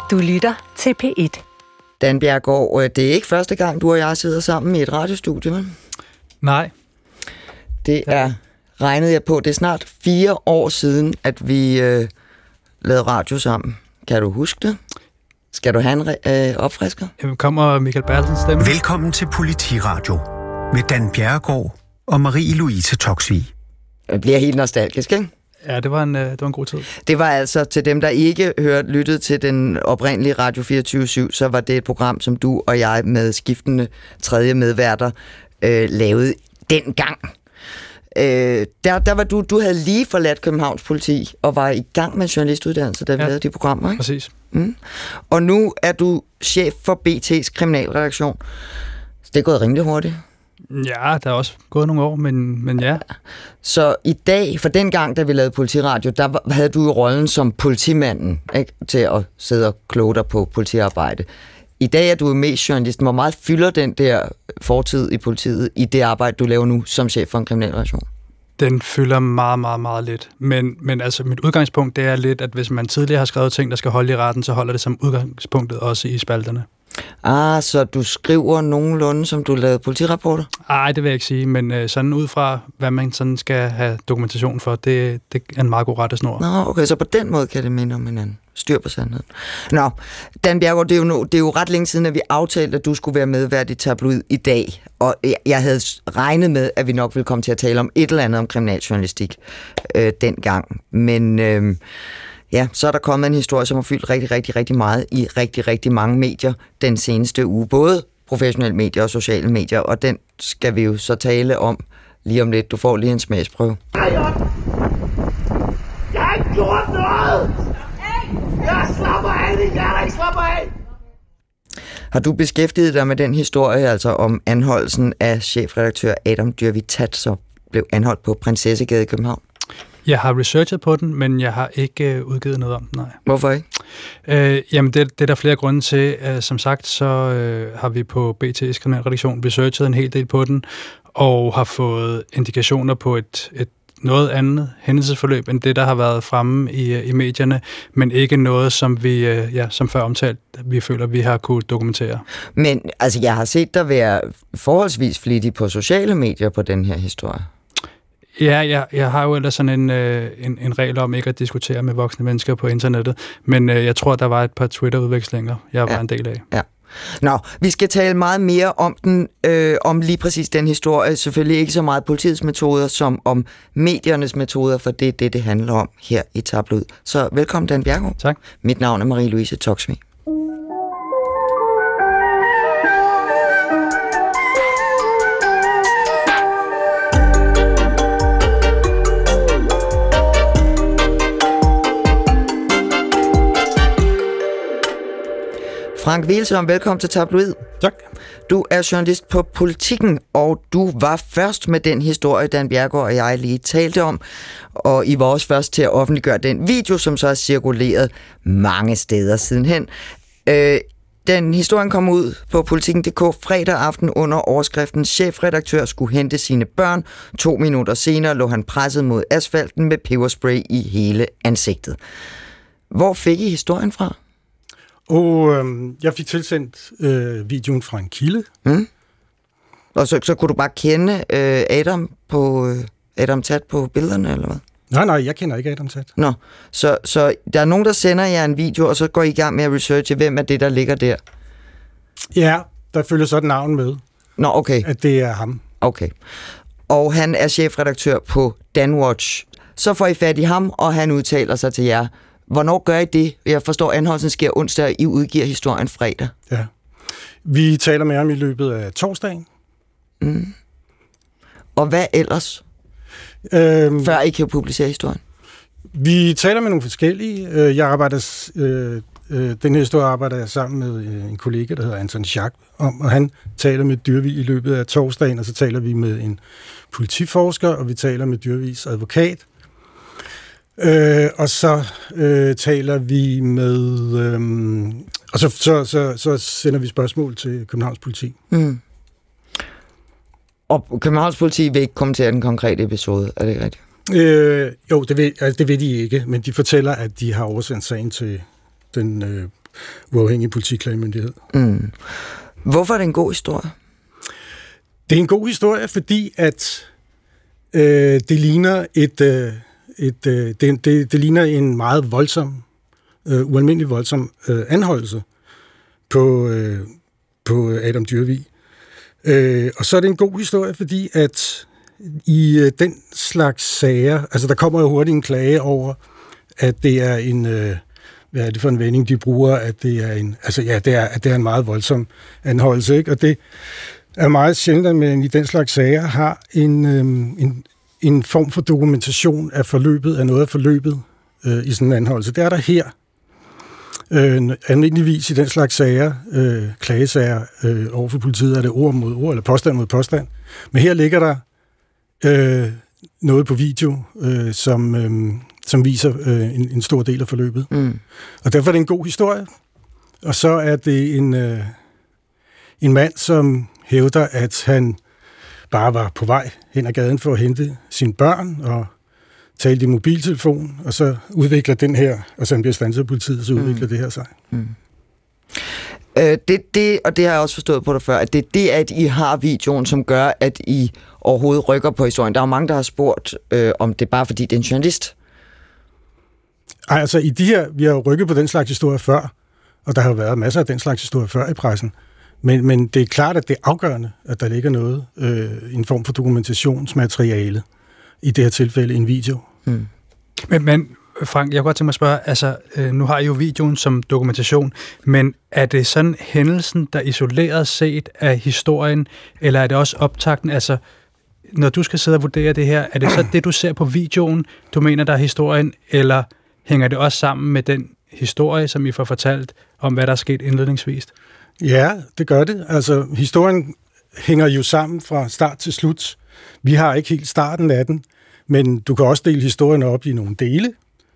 Du lytter til P1. Dan Bjerregaard, det er ikke første gang, du og jeg sidder sammen i et radiostudie, vel? Nej. Det er, regnede jeg på, det er snart 4 år siden, at vi lavede radio sammen. Kan du huske det? Skal du have en opfrisker? Kommer Michael Bertelsens stemme? Velkommen til Politiradio med Dan Bjerregaard og Marie-Louise Toksvig. Det bliver helt nostalgisk, ikke? Ja, det var en god tid. Det var altså, til dem, der ikke lyttede til den oprindelige Radio 24/7, så var det et program, som du og jeg med skiftende tredje medværter lavede dengang. Der var du havde lige forladt Københavns Politi og var i gang med journalistuddannelse, da vi lavede de programmer, ikke? Præcis. Mm. Og nu er du chef for BT's kriminalredaktion. Så det er gået rimelig hurtigt. Ja, der er også gået nogle år, men ja. Så i dag, for den gang, da vi lavede Politiradio, der havde du jo rollen som politimanden, ikke? Til at sidde og kloge dig på politiarbejde. I dag er du mest journalist. Hvor meget fylder den der fortid i politiet i det arbejde, du laver nu som chef for en kriminalredaktion? Den fylder meget, meget, meget lidt. Men altså, mit udgangspunkt, det er lidt, at hvis man tidligere har skrevet ting, der skal holde i retten, så holder det som udgangspunktet også i spalterne. Så du skriver nogenlunde, som du lavede politirapporter? Nej, det vil jeg ikke sige, men sådan ud fra, hvad man sådan skal have dokumentation for, det er en meget god rettesnor. Nå, okay, så på den måde kan det minde om hinanden. Styr på sandheden. Nå, Dan Bjerregaard, det er jo ret længe siden, at vi aftalte, at du skulle være medvært i Tabloid i dag, og jeg havde regnet med, at vi nok ville komme til at tale om et eller andet om kriminaljournalistik dengang, men så er der kommet en historie, som har fyldt rigtig, rigtig, rigtig meget i rigtig, rigtig mange medier den seneste uge, både professionelle medier og sociale medier, og den skal vi jo så tale om lige om lidt. Du får lige en smagsprøve. Jeg har ikke gjort noget! Jeg slapper af, det jeg der ikke slapper af! Har du beskæftiget dig med den historie, altså om anholdelsen af chefredaktør Adam Dyrvig-Tat, som blev anholdt på Prinsessegade i København? Jeg har researchet på den, men jeg har ikke udgivet noget om den, nej. Hvorfor ikke? Jamen, det er der flere grunde til. Som sagt, så har vi på BT's kriminalredaktion researchet en hel del på den, og har fået indikationer på et noget andet hændelsesforløb, end det, der har været fremme i medierne, men ikke noget, som vi, som før omtalt, vi føler, vi har kunne dokumentere. Men altså, jeg har set dig være forholdsvis flittig på sociale medier på den her historie. Ja, jeg har jo ellers sådan en regel om ikke at diskutere med voksne mennesker på internettet, men jeg tror, der var et par Twitter-udvekslinger, jeg var en del af. Ja. Nå, vi skal tale meget mere om den, om lige præcis den historie. Selvfølgelig ikke så meget politiets metoder, som om mediernes metoder, for det er det handler om her i Tabloid. Så velkommen, Dan Bjerregaard. Tak. Mit navn er Marie-Louise Toksvig. Frank Hvilsom, velkommen til Tabloid. Tak. Du er journalist på Politikken, og du var først med den historie, Dan Bjerregaard og jeg lige talte om, og I var også først til at offentliggøre den video, som så er cirkuleret mange steder sidenhen. Den historien kom ud på Politikken.dk fredag aften under overskriften "Chefredaktør skulle hente sine børn. 2 minutter senere lå han presset mod asfalten med peberspray i hele ansigtet." Hvor fik I historien fra? Jeg fik tilsendt videoen fra en kilde. Mm. Og så kunne du bare kende Adam Tat på billederne, eller hvad? Nej, jeg kender ikke Adam Tat. Nå, så der er nogen, der sender jer en video, og så går I i gang med at researche, hvem er det, der ligger der? Ja, der følger så et navn med. Nå, okay. At det er ham. Okay. Og han er chefredaktør på Danwatch. Så får I fat i ham, og han udtaler sig til jer. Hvornår gør I det? Jeg forstår, anholdelsen sker onsdag, og I udgiver historien fredag. Ja. Vi taler med ham i løbet af torsdagen. Mm. Og hvad ellers? Før I kan publicere historien? Vi taler med nogle forskellige. Den her historie arbejder jeg sammen med en kollega, der hedder Anton Schack, om, og han taler med Dyrvig i løbet af torsdagen, og så taler vi med en politiforsker, og vi taler med Dyrvigs advokat. Og så taler vi med... og så sender vi spørgsmål til Københavns Politi. Mm. Og Københavns Politi vil ikke kommentere den konkrete episode, er det ikke rigtigt? Jo, det ved de ikke, men de fortæller, at de har oversendt sagen til den uafhængige politiklagemyndighed. Mm. Hvorfor er det en god historie? Det er en god historie, fordi at det ligner det ligner en meget voldsom, ualmindelig voldsom anholdelse på Adam Dyrvig. Og så er det en god historie, fordi at i den slags sager, altså der kommer jo hurtigt en klage over, at det er en, hvad er det for en vending, de bruger, at det er en, altså ja, det er en meget voldsom anholdelse, ikke? Og det er meget sjældent, at man i den slags sager har en form for dokumentation af forløbet, af noget af forløbet i sådan en anholdelse. Det er der her. Almindeligvis i den slags sager, klagesager over for politiet, er det ord mod ord, eller påstand mod påstand. Men her ligger der noget på video, som viser en stor del af forløbet. Mm. Og derfor er det en god historie. Og så er det en mand, som hævder, at han bare var på vej hen ad gaden for at hente sine børn, og talte i mobiltelefon, og så udvikler den her, og så han bliver standset af politiet, så udvikler det her sig. Mm. Og det har jeg også forstået på dig før, at det er det, at I har videoen, som gør, at I overhovedet rykker på historien. Der er jo mange, der har spurgt, om det er bare fordi, det er en journalist. Ej, altså i de her, vi har jo rykket på den slags historie før, og der har jo været masser af den slags historie før i pressen. Men det er klart, at det er afgørende, at der ligger noget, en form for dokumentationsmateriale, i det her tilfælde en video. Mm. Men Frank, jeg kunne godt tænke mig at spørge, altså nu har I jo videoen som dokumentation, men er det sådan hændelsen, der isoleret set af historien, eller er det også optakten, altså når du skal sidde og vurdere det her, er det så det, du ser på videoen, du mener, der er historien, eller hænger det også sammen med den historie, som I får fortalt om, hvad der er sket indledningsvist? Ja, det gør det. Altså, historien hænger jo sammen fra start til slut. Vi har ikke helt starten af den, men du kan også dele historien op i nogle dele.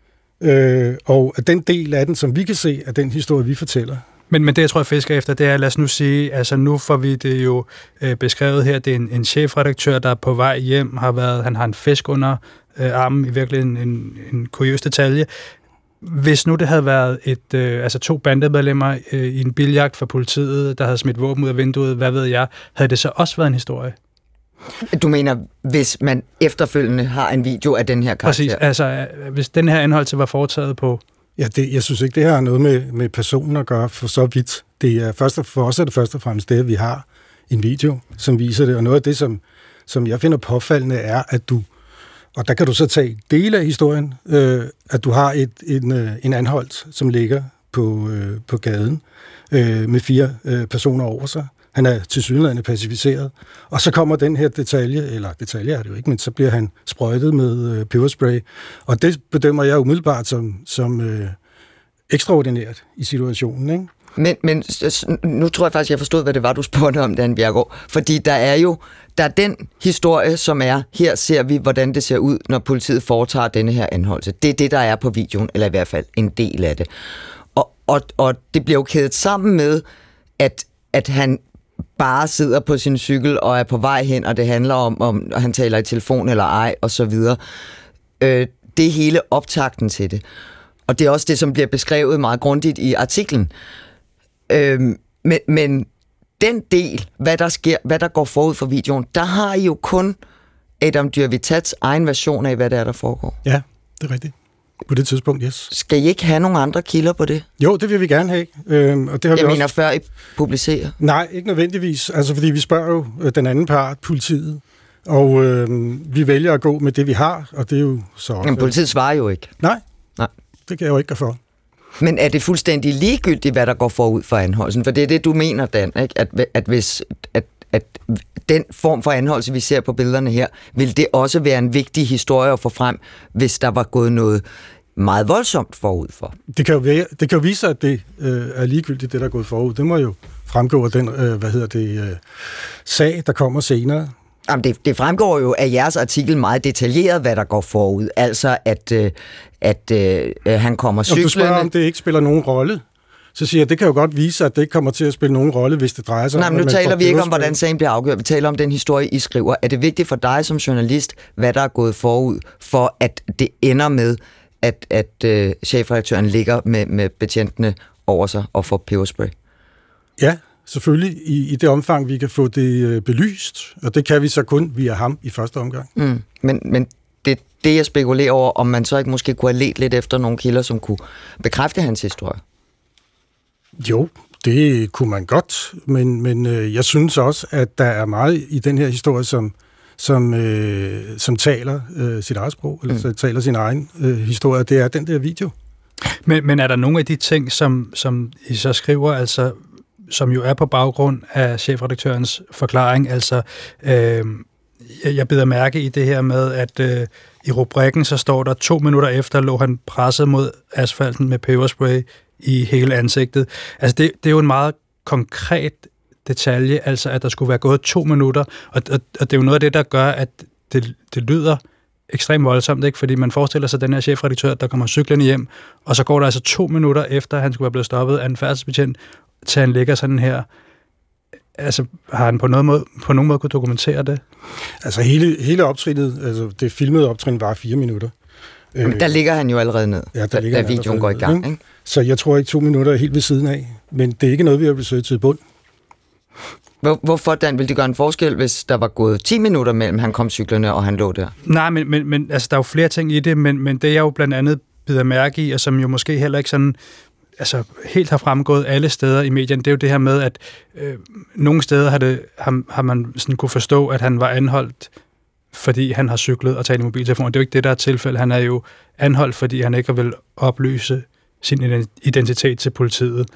Og den del af den, som vi kan se, er den historie, vi fortæller. Men det, jeg tror, jeg fisker efter, det er, lad os nu sige, altså nu får vi det jo beskrevet her, det er en chefredaktør, der er på vej hjem, han har en fisk under armen, i virkeligheden en kuriøs detalje. Hvis nu det havde været 2 bandemedlemmer i en biljagt for politiet, der havde smidt våben ud af vinduet, hvad ved jeg, havde det så også været en historie? Du mener, hvis man efterfølgende har en video af den her karakter? Præcis, altså hvis den her anholdelse var foretaget på... Ja, jeg synes ikke, det her har noget med personen at gøre for så vidt. Det er for os er det først og fremmest det, at vi har en video, som viser det, og noget af det, som jeg finder påfaldende, er, at du, og der kan du så tage dele af historien, at du har en anholdt, som ligger på gaden med 4 personer over sig. Han er tilsyneladende pacificeret. Og så kommer den her detalje er det jo ikke, men så bliver han sprøjtet med peberspray. Og det bedømmer jeg umiddelbart som ekstraordinært i situationen, ikke? Men nu tror jeg faktisk, jeg forstod, hvad det var, du spurgte om, Dan Bjerregaard. Fordi der er den historie, som er, her ser vi, hvordan det ser ud, når politiet foretager denne her anholdelse. Det er det, der er på videoen, eller i hvert fald en del af det. Og det bliver jo kædet sammen med, at han bare sidder på sin cykel og er på vej hen, og det handler om han taler i telefon eller ej, og så videre. Det er hele optakten til det. Og det er også det, som bliver beskrevet meget grundigt i artiklen. Men den del, hvad der sker, hvad der går forud for videoen, der har I jo kun Adam Dyrvig-Tats egen version af, hvad det er, der foregår. Ja, det er rigtigt. På det tidspunkt, yes. Skal I ikke have nogle andre kilder på det? Jo, det vil vi gerne have. Og det har jeg mener, før I publicerer? Nej, ikke nødvendigvis. Altså, fordi vi spørger jo den anden part, politiet, og vi vælger at gå med det, vi har, og det er jo så... Men politiet svarer jo ikke. Nej, det kan jeg jo ikke gøre for. Men er det fuldstændig ligegyldigt, hvad der går forud for anholdelsen? For det er det, du mener, Dan, ikke? At den form for anholdelse, vi ser på billederne her, vil det også være en vigtig historie at få frem, hvis der var gået noget meget voldsomt forud for? Det kan jo vise sig, at det er ligegyldigt, det der er gået forud. Det må jo fremgå af den, sag, der kommer senere. Jamen, det fremgår jo af jeres artikel meget detaljeret, hvad der går forud. Altså, at han kommer cyklende... Du spørger, om det ikke spiller nogen rolle. Så siger jeg, det kan jo godt vise, at det ikke kommer til at spille nogen rolle, hvis det drejer sig om... Nej, men nu taler vi ikke om, hvordan sagen bliver afgjort. Vi taler om den historie, I skriver. Er det vigtigt for dig som journalist, hvad der er gået forud, for at det ender med, at chefredaktøren ligger med betjentene over sig og får peberspray? Ja, selvfølgelig i det omfang, vi kan få det belyst, og det kan vi så kun via ham i første omgang. Men det, jeg spekulerer over, om man så ikke måske kunne have ledt lidt efter nogle kilder, som kunne bekræfte hans historie? Jo, det kunne man godt, men jeg synes også, at der er meget i den her historie, som taler sit eget sprog, eller taler sin egen historie, det er den der video. Men er der nogle af de ting, som I så skriver, altså, som jo er på baggrund af chefredaktørens forklaring, altså jeg bider mærke i det her med, at i rubrikken så står der 2 minutter efter, lå han presset mod asfalten med peberspray i hele ansigtet. Altså det er jo en meget konkret detalje, altså at der skulle være gået 2 minutter, og det er jo noget af det, der gør, at det lyder ekstremt voldsomt, ikke? Fordi man forestiller sig den her chefredaktør, der kommer cyklende hjem, og så går der altså 2 minutter efter, han skulle være blevet stoppet af en færdselsbetjent, til han ligger sådan her. Altså, har han på nogen måde kunne dokumentere det? Altså, hele optrinnet, altså det filmede optrin var 4 minutter. Men der ligger han jo allerede ned, da videoen går i gang, ikke? Så jeg tror ikke 2 minutter er helt ved siden af, men det er ikke noget, vi har besøgt til bund. Hvorfor, Dan, ville det gøre en forskel, hvis der var gået 10 minutter mellem han kom cyklerne, og han lå der? Nej, men altså, der er jo flere ting i det, men det jeg jo blandt andet bider mærke i, og som jo måske heller ikke sådan helt har fremgået alle steder i medierne, det er jo det her med, at nogle steder har man sådan kunne forstå, at han var anholdt, fordi han har cyklet og talt i mobiltelefonen. Det er jo ikke det, der er tilfælde. Han er jo anholdt, fordi han ikke vil oplyse sin identitet til politiet.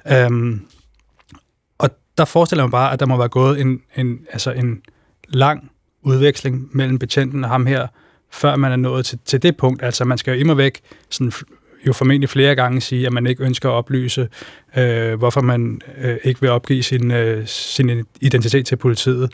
Og der forestiller man bare, at der må være gået en lang udveksling mellem betjenten og ham her, før man er nået til det punkt. Altså man skal jo immer væk sådan jo formentlig flere gange sige, at man ikke ønsker at oplyse, hvorfor man ikke vil opgive sin identitet til politiet.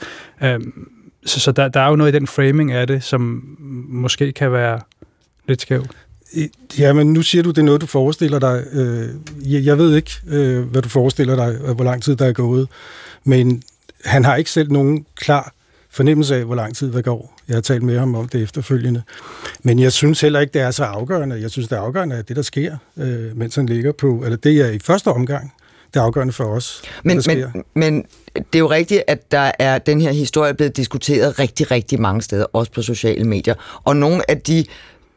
Så der er jo noget i den framing af det, som måske kan være lidt skævt. Ja, men nu siger du, det er noget, du forestiller dig. Jeg ved ikke, hvad du forestiller dig, hvor lang tid der er gået, men han har ikke selv nogen klar fornemmelse af, hvor lang tid der går. Jeg har talt med ham om det efterfølgende. Men jeg synes heller ikke, det er så afgørende. Jeg synes, det er afgørende, at det, der sker, mens han ligger på, eller det er i første omgang, det er afgørende for os. Men det er jo rigtigt, at den her historie er blevet diskuteret rigtig, rigtig mange steder, også på sociale medier. Og nogle af de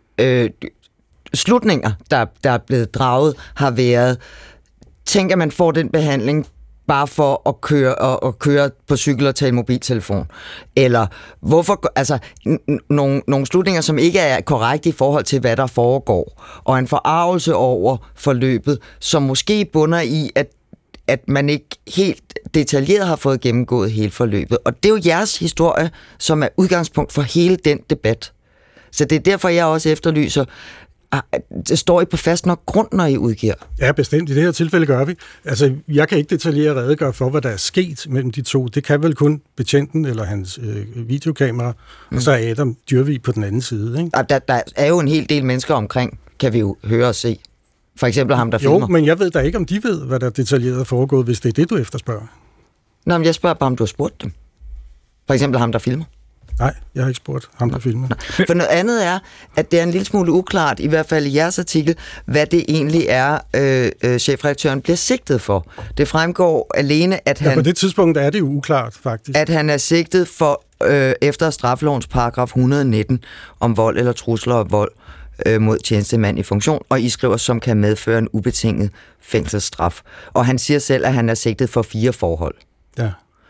slutninger, der er blevet draget, har været, tænk, at man får den behandling bare for at køre på cykel og tale mobiltelefon. Eller hvorfor, altså nogle slutninger, som ikke er korrekte i forhold til, hvad der foregår. Og en forarvelse over forløbet, som måske bunder i, at man ikke helt detaljeret har fået gennemgået hele forløbet. Og det er jo jeres historie, som er udgangspunkt for hele den debat. Så det er derfor, jeg også efterlyser, det står I på fast nok grund, når I udgiver? Ja, bestemt. I det her tilfælde gør vi. Altså, jeg kan ikke detaljeret redegøre for, hvad der er sket mellem de to. Det kan vel kun betjenten eller hans videokamera, og så er Adam Dyrvig på den anden side. Ikke? Der er jo en hel del mennesker omkring, kan vi jo høre og se. For eksempel ham, der filmer. Jo, men jeg ved da ikke, om de ved, hvad der detaljeret er foregået, hvis det er det, du efterspørger. Nå, men jeg spørger bare, om du har spurgt dem. For eksempel ham, der filmer. Nej, jeg har ikke spurgt ham, der filmer. For noget andet er, at det er en lille smule uklart, i hvert fald i jeres artikel, hvad det egentlig er, chefredaktøren bliver sigtet for. Det fremgår alene, at han... Ja, på det tidspunkt er det jo uklart, faktisk. At han er sigtet for, efter straffelovens paragraf 119, om vold eller trusler og vold mod tjenestemand i funktion, og I skriver, som kan medføre en ubetinget fængselsstraf. Og han siger selv, at han er sigtet for 4 forhold. Ja.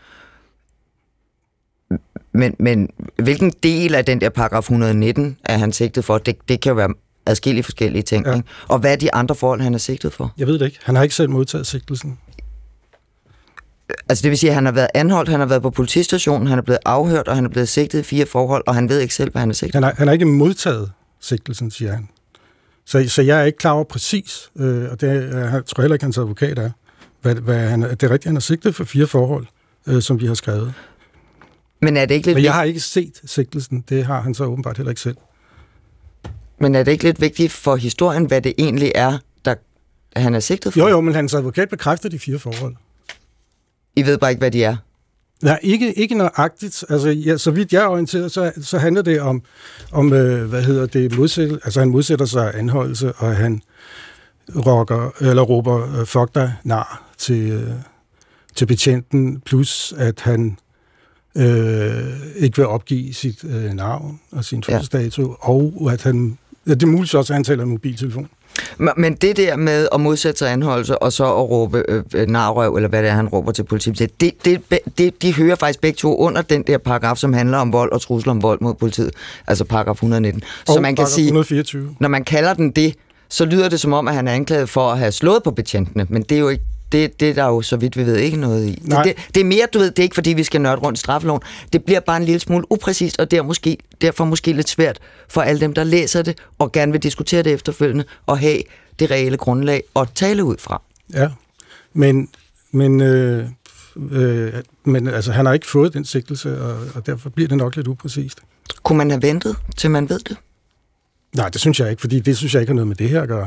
Men hvilken del af den der paragraf 119 er han sigtet for? Det kan jo være adskillige forskellige ting. Ja. Ikke? Og hvad er de andre forhold, han er sigtet for? Jeg ved det ikke. Han har ikke selv modtaget sigtelsen. Altså det vil sige, at han har været anholdt, han har været på politistationen, han er blevet afhørt, og han er blevet sigtet i 4 forhold, og han ved ikke selv, hvad han er sigtet. Han har ikke modtaget sigtelsen, siger han. Så jeg er ikke klar over præcis, og det jeg tror heller ikke, hans advokat er, hvad han, det er rigtigt, han har sigtet for 4 forhold, som vi har skrevet. Men er det ikke lidt Men jeg har ikke set sigtelsen, det har han så åbenbart heller ikke selv. Men er det ikke lidt vigtigt for historien, hvad det egentlig er, der han er sigtet for? Jo, men hans advokat bekræfter de 4 forhold. I ved bare ikke, hvad de er? Nej, ikke nøjagtigt. Altså, ja, så vidt jeg er orienteret, så handler det om han modsætter sig anholdelse, og han råber fuck dig nar til betjenten, plus at han ikke vil opgive sit navn og sin fødselsdato, og at han, det er muligt også, at han taler en mobiltelefon. Men det der med at modsætte sig anholdelse, og så at råbe narrøv, eller hvad det er, han råber til politiet, de hører faktisk begge to under den der paragraf, som handler om vold og trusler om vold mod politiet, altså paragraf 119. Og så man kan sige, 124. Når man kalder den det, så lyder det som om, at han er anklaget for at have slået på betjentene, men det er jo ikke det er der jo, så vidt vi ved, ikke noget i. Det er mere, du ved, det er ikke fordi, vi skal nørde rundt i straffeloven. Det bliver bare en lille smule upræcist, og derfor måske lidt svært for alle dem, der læser det, og gerne vil diskutere det efterfølgende, og have det reelle grundlag at tale ud fra. Ja, men altså, han har ikke fået den sigtelse, og derfor bliver det nok lidt upræcist. Kunne man have ventet, til man ved det? Nej, det synes jeg ikke, fordi det synes jeg ikke har noget med det her at gøre.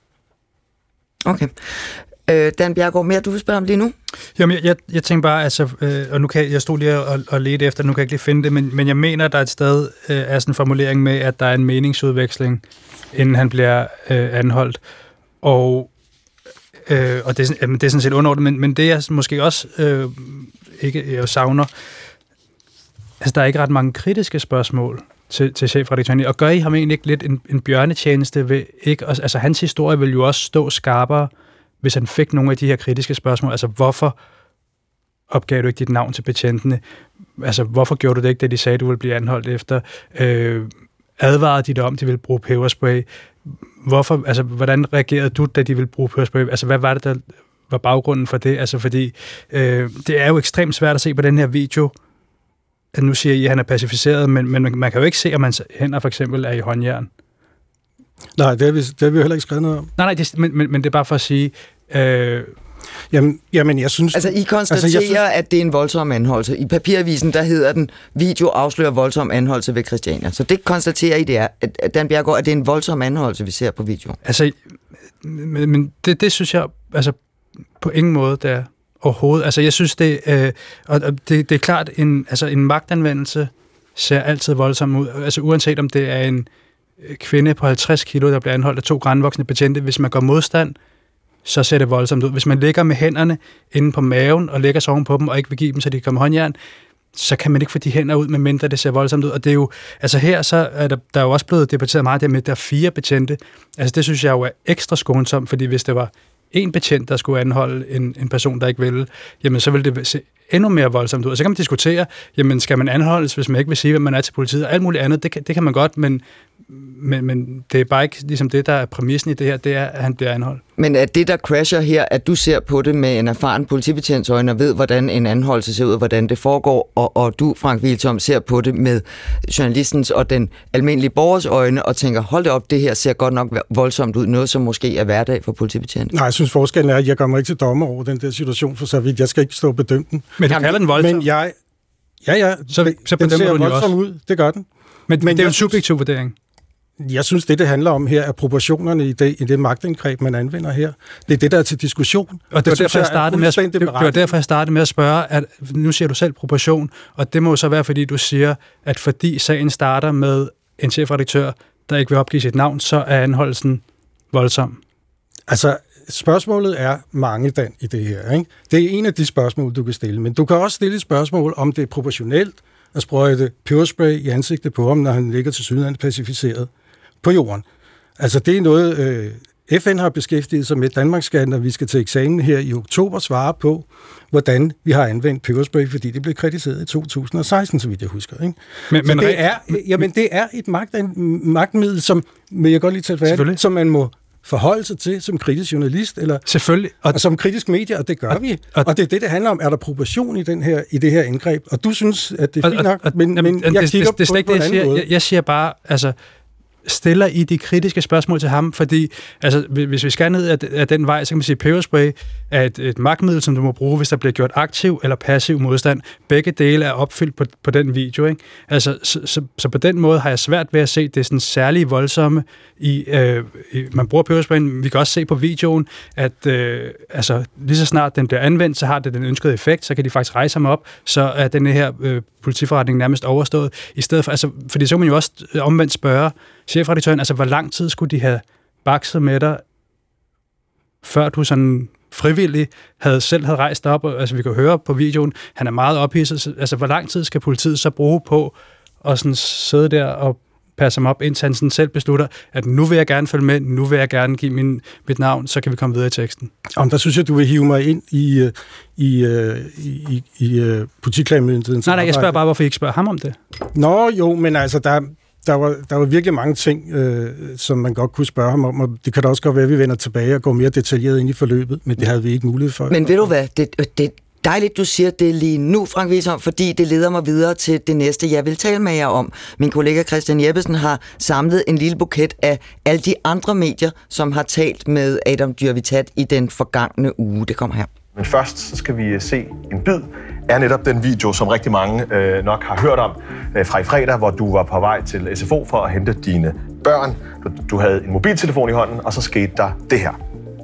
Okay. Dan Bjerregaard, mere du vil spørge om lige nu? Jamen, jeg tænker bare, altså, og nu kan jeg stod lige og lede efter, nu kan jeg ikke lige finde det, men jeg mener, der er et sted er sådan en formulering med, at der er en meningsudveksling, inden han bliver anholdt, og det er sådan set underordnet, men det jeg måske også jeg savner, altså der er ikke ret mange kritiske spørgsmål til chefredaktøren, og gør I ham egentlig ikke lidt en bjørnetjeneste ved ikke, altså hans historie vil jo også stå skarpere, hvis han fik nogle af de her kritiske spørgsmål. Altså, hvorfor opgav du ikke dit navn til betjentene? Altså, hvorfor gjorde du det ikke, da de sagde, du ville blive anholdt efter? Advarede de dig om, de ville bruge peberspray? Hvorfor, altså, hvordan reagerede du, da de ville bruge peberspray? Altså, hvad var det, der var baggrunden for det? Altså, fordi det er jo ekstremt svært at se på den her video, at nu siger I, at han er pacificeret, men man kan jo ikke se, om hans hænder for eksempel er i håndjern. Nej, det har vi jo heller ikke skrevet noget om. Nej, men det er bare for at sige... Jamen, jeg synes... Altså, I konstaterer, at det er en voldsom anholdelse. I papiravisen, der hedder den, video afslører voldsom anholdelse ved Christiania. Så det konstaterer I, det er, at Dan Bjerregaard, at det er en voldsom anholdelse, vi ser på video. Altså, men det synes jeg, altså, på ingen måde, det er overhovedet. Altså, jeg synes, det er klart, en magtanvendelse ser altid voldsom ud. Altså, uanset om det er en kvinde på 50 kilo, der bliver anholdt af 2 grænvoksne betjente. Hvis man gør modstand, så ser det voldsomt ud. Hvis man ligger med hænderne inde på maven og lægger sig oven på dem og ikke vil give dem, så de kommer håndjern, så kan man ikke få de hænder ud, medmindre det ser voldsomt ud. Og det er jo, altså her, så er der er jo også blevet debatteret meget der med, at der er 4 betjente. Altså det synes jeg jo er ekstra skånsomt, fordi hvis det var 1 betjent, der skulle anholde en person, der ikke ville, jamen så ville det se endnu mere voldsomt ud. Og så kan man diskutere, jamen skal man anholdes, hvis man ikke vil sige, hvad man er til politiet, og alt muligt andet, det kan man godt, men det er bare ikke ligesom det, der er præmissen i det her, det er, at han bliver anholdt. Men er det, der crasher her, at du ser på det med en erfaren politibetjents øjne og ved, hvordan en anholdelse ser ud, og hvordan det foregår, og du, Frank Hviltom, ser på det med journalistens og den almindelige borgers øjne og tænker, hold det op, det her ser godt nok voldsomt ud, noget som måske er hverdag for politibetjenten. Nej, jeg synes forskellen er, at jeg kommer ikke til dommer over den der situation, for så vidt jeg skal ikke stå og bedømme den. Men du kalder den voldsom? Men jeg... Ja, så den ser voldsom ud, det gør den. Men det er jo en subjektiv vurdering. Jeg synes, det handler om her, er proportionerne i det magtindgreb, man anvender her. Det er det, der er til diskussion. Og det var derfor, jeg startede med at spørge, at nu siger du selv proportion, og det må så være, fordi du siger, at fordi sagen starter med en chefredaktør, der ikke vil opgive sit navn, så er anholdelsen voldsom. Altså, spørgsmålet er mange, Dan, i det her. Ikke? Det er en af de spørgsmål, du kan stille. Men du kan også stille et spørgsmål, om det er proportionelt at sprøjte peberspray i ansigtet på ham, når han ligger til sydlandet pacificeret på jorden. Altså, det er noget, FN har beskæftiget sig med. Danmark skal, når vi skal til eksamen her i oktober, svare på, hvordan vi har anvendt peberspray, fordi det blev kritiseret i 2016, så vidt jeg husker. Ikke? Det er et magtmiddel, som, vil jeg godt lige tage fat, som man må forholde sig til som kritisk journalist, eller selvfølgelig. Og som kritisk medie, og det gør vi. Og det er det handler om. Er der proportion i det her indgreb? Og du synes, at det er fint nok, men jeg kigger på en anden måde. Jeg siger bare, altså, stiller I de kritiske spørgsmål til ham, fordi altså, hvis vi skal ned af den vej, så kan man sige, at peberspray er et magtmiddel, som du må bruge, hvis der bliver gjort aktiv eller passiv modstand. Begge dele er opfyldt på den video. Ikke? Altså, så på den måde har jeg svært ved at se det sådan særlige voldsomme man bruger pebersprayen. Vi kan også se på videoen, at altså, lige så snart den bliver anvendt, så har det den ønskede effekt, så kan de faktisk rejse ham op, så er den her politiforretning nærmest overstået. I stedet for, altså, fordi så kan man jo også omvendt spørge chefredaktøren, altså hvor lang tid skulle de have bakset med dig, før du sådan frivillig selv havde rejst op, og, altså vi kan høre på videoen, han er meget ophidset. Altså, hvor lang tid skal politiet så bruge på at sådan sidde der og passe ham op, indtil han sådan selv beslutter, at nu vil jeg gerne følge med, nu vil jeg gerne give mit navn, så kan vi komme videre i teksten. Der synes jeg, du vil hive mig ind i politiklagemyndigheden. Nej, jeg spørger bare, hvorfor I ikke spørger ham om det. Nå, jo, men altså, der var virkelig mange ting, som man godt kunne spørge ham om, og det kan da også godt være, at vi vender tilbage og går mere detaljeret ind i forløbet, men det havde vi ikke mulighed for. Men ved du hvad, det dejligt, du siger det lige nu, Frank Hvilsom, fordi det leder mig videre til det næste, jeg vil tale med jer om. Min kollega Christian Jeppesen har samlet en lille buket af alle de andre medier, som har talt med Adam Dürr-Wittat i den forgangne uge. Det kommer her. Men først så skal vi se en bid af netop den video, som rigtig mange nok har hørt om fra i fredag, hvor du var på vej til SFO for at hente dine børn. Du havde en mobiltelefon i hånden, og så skete der det her.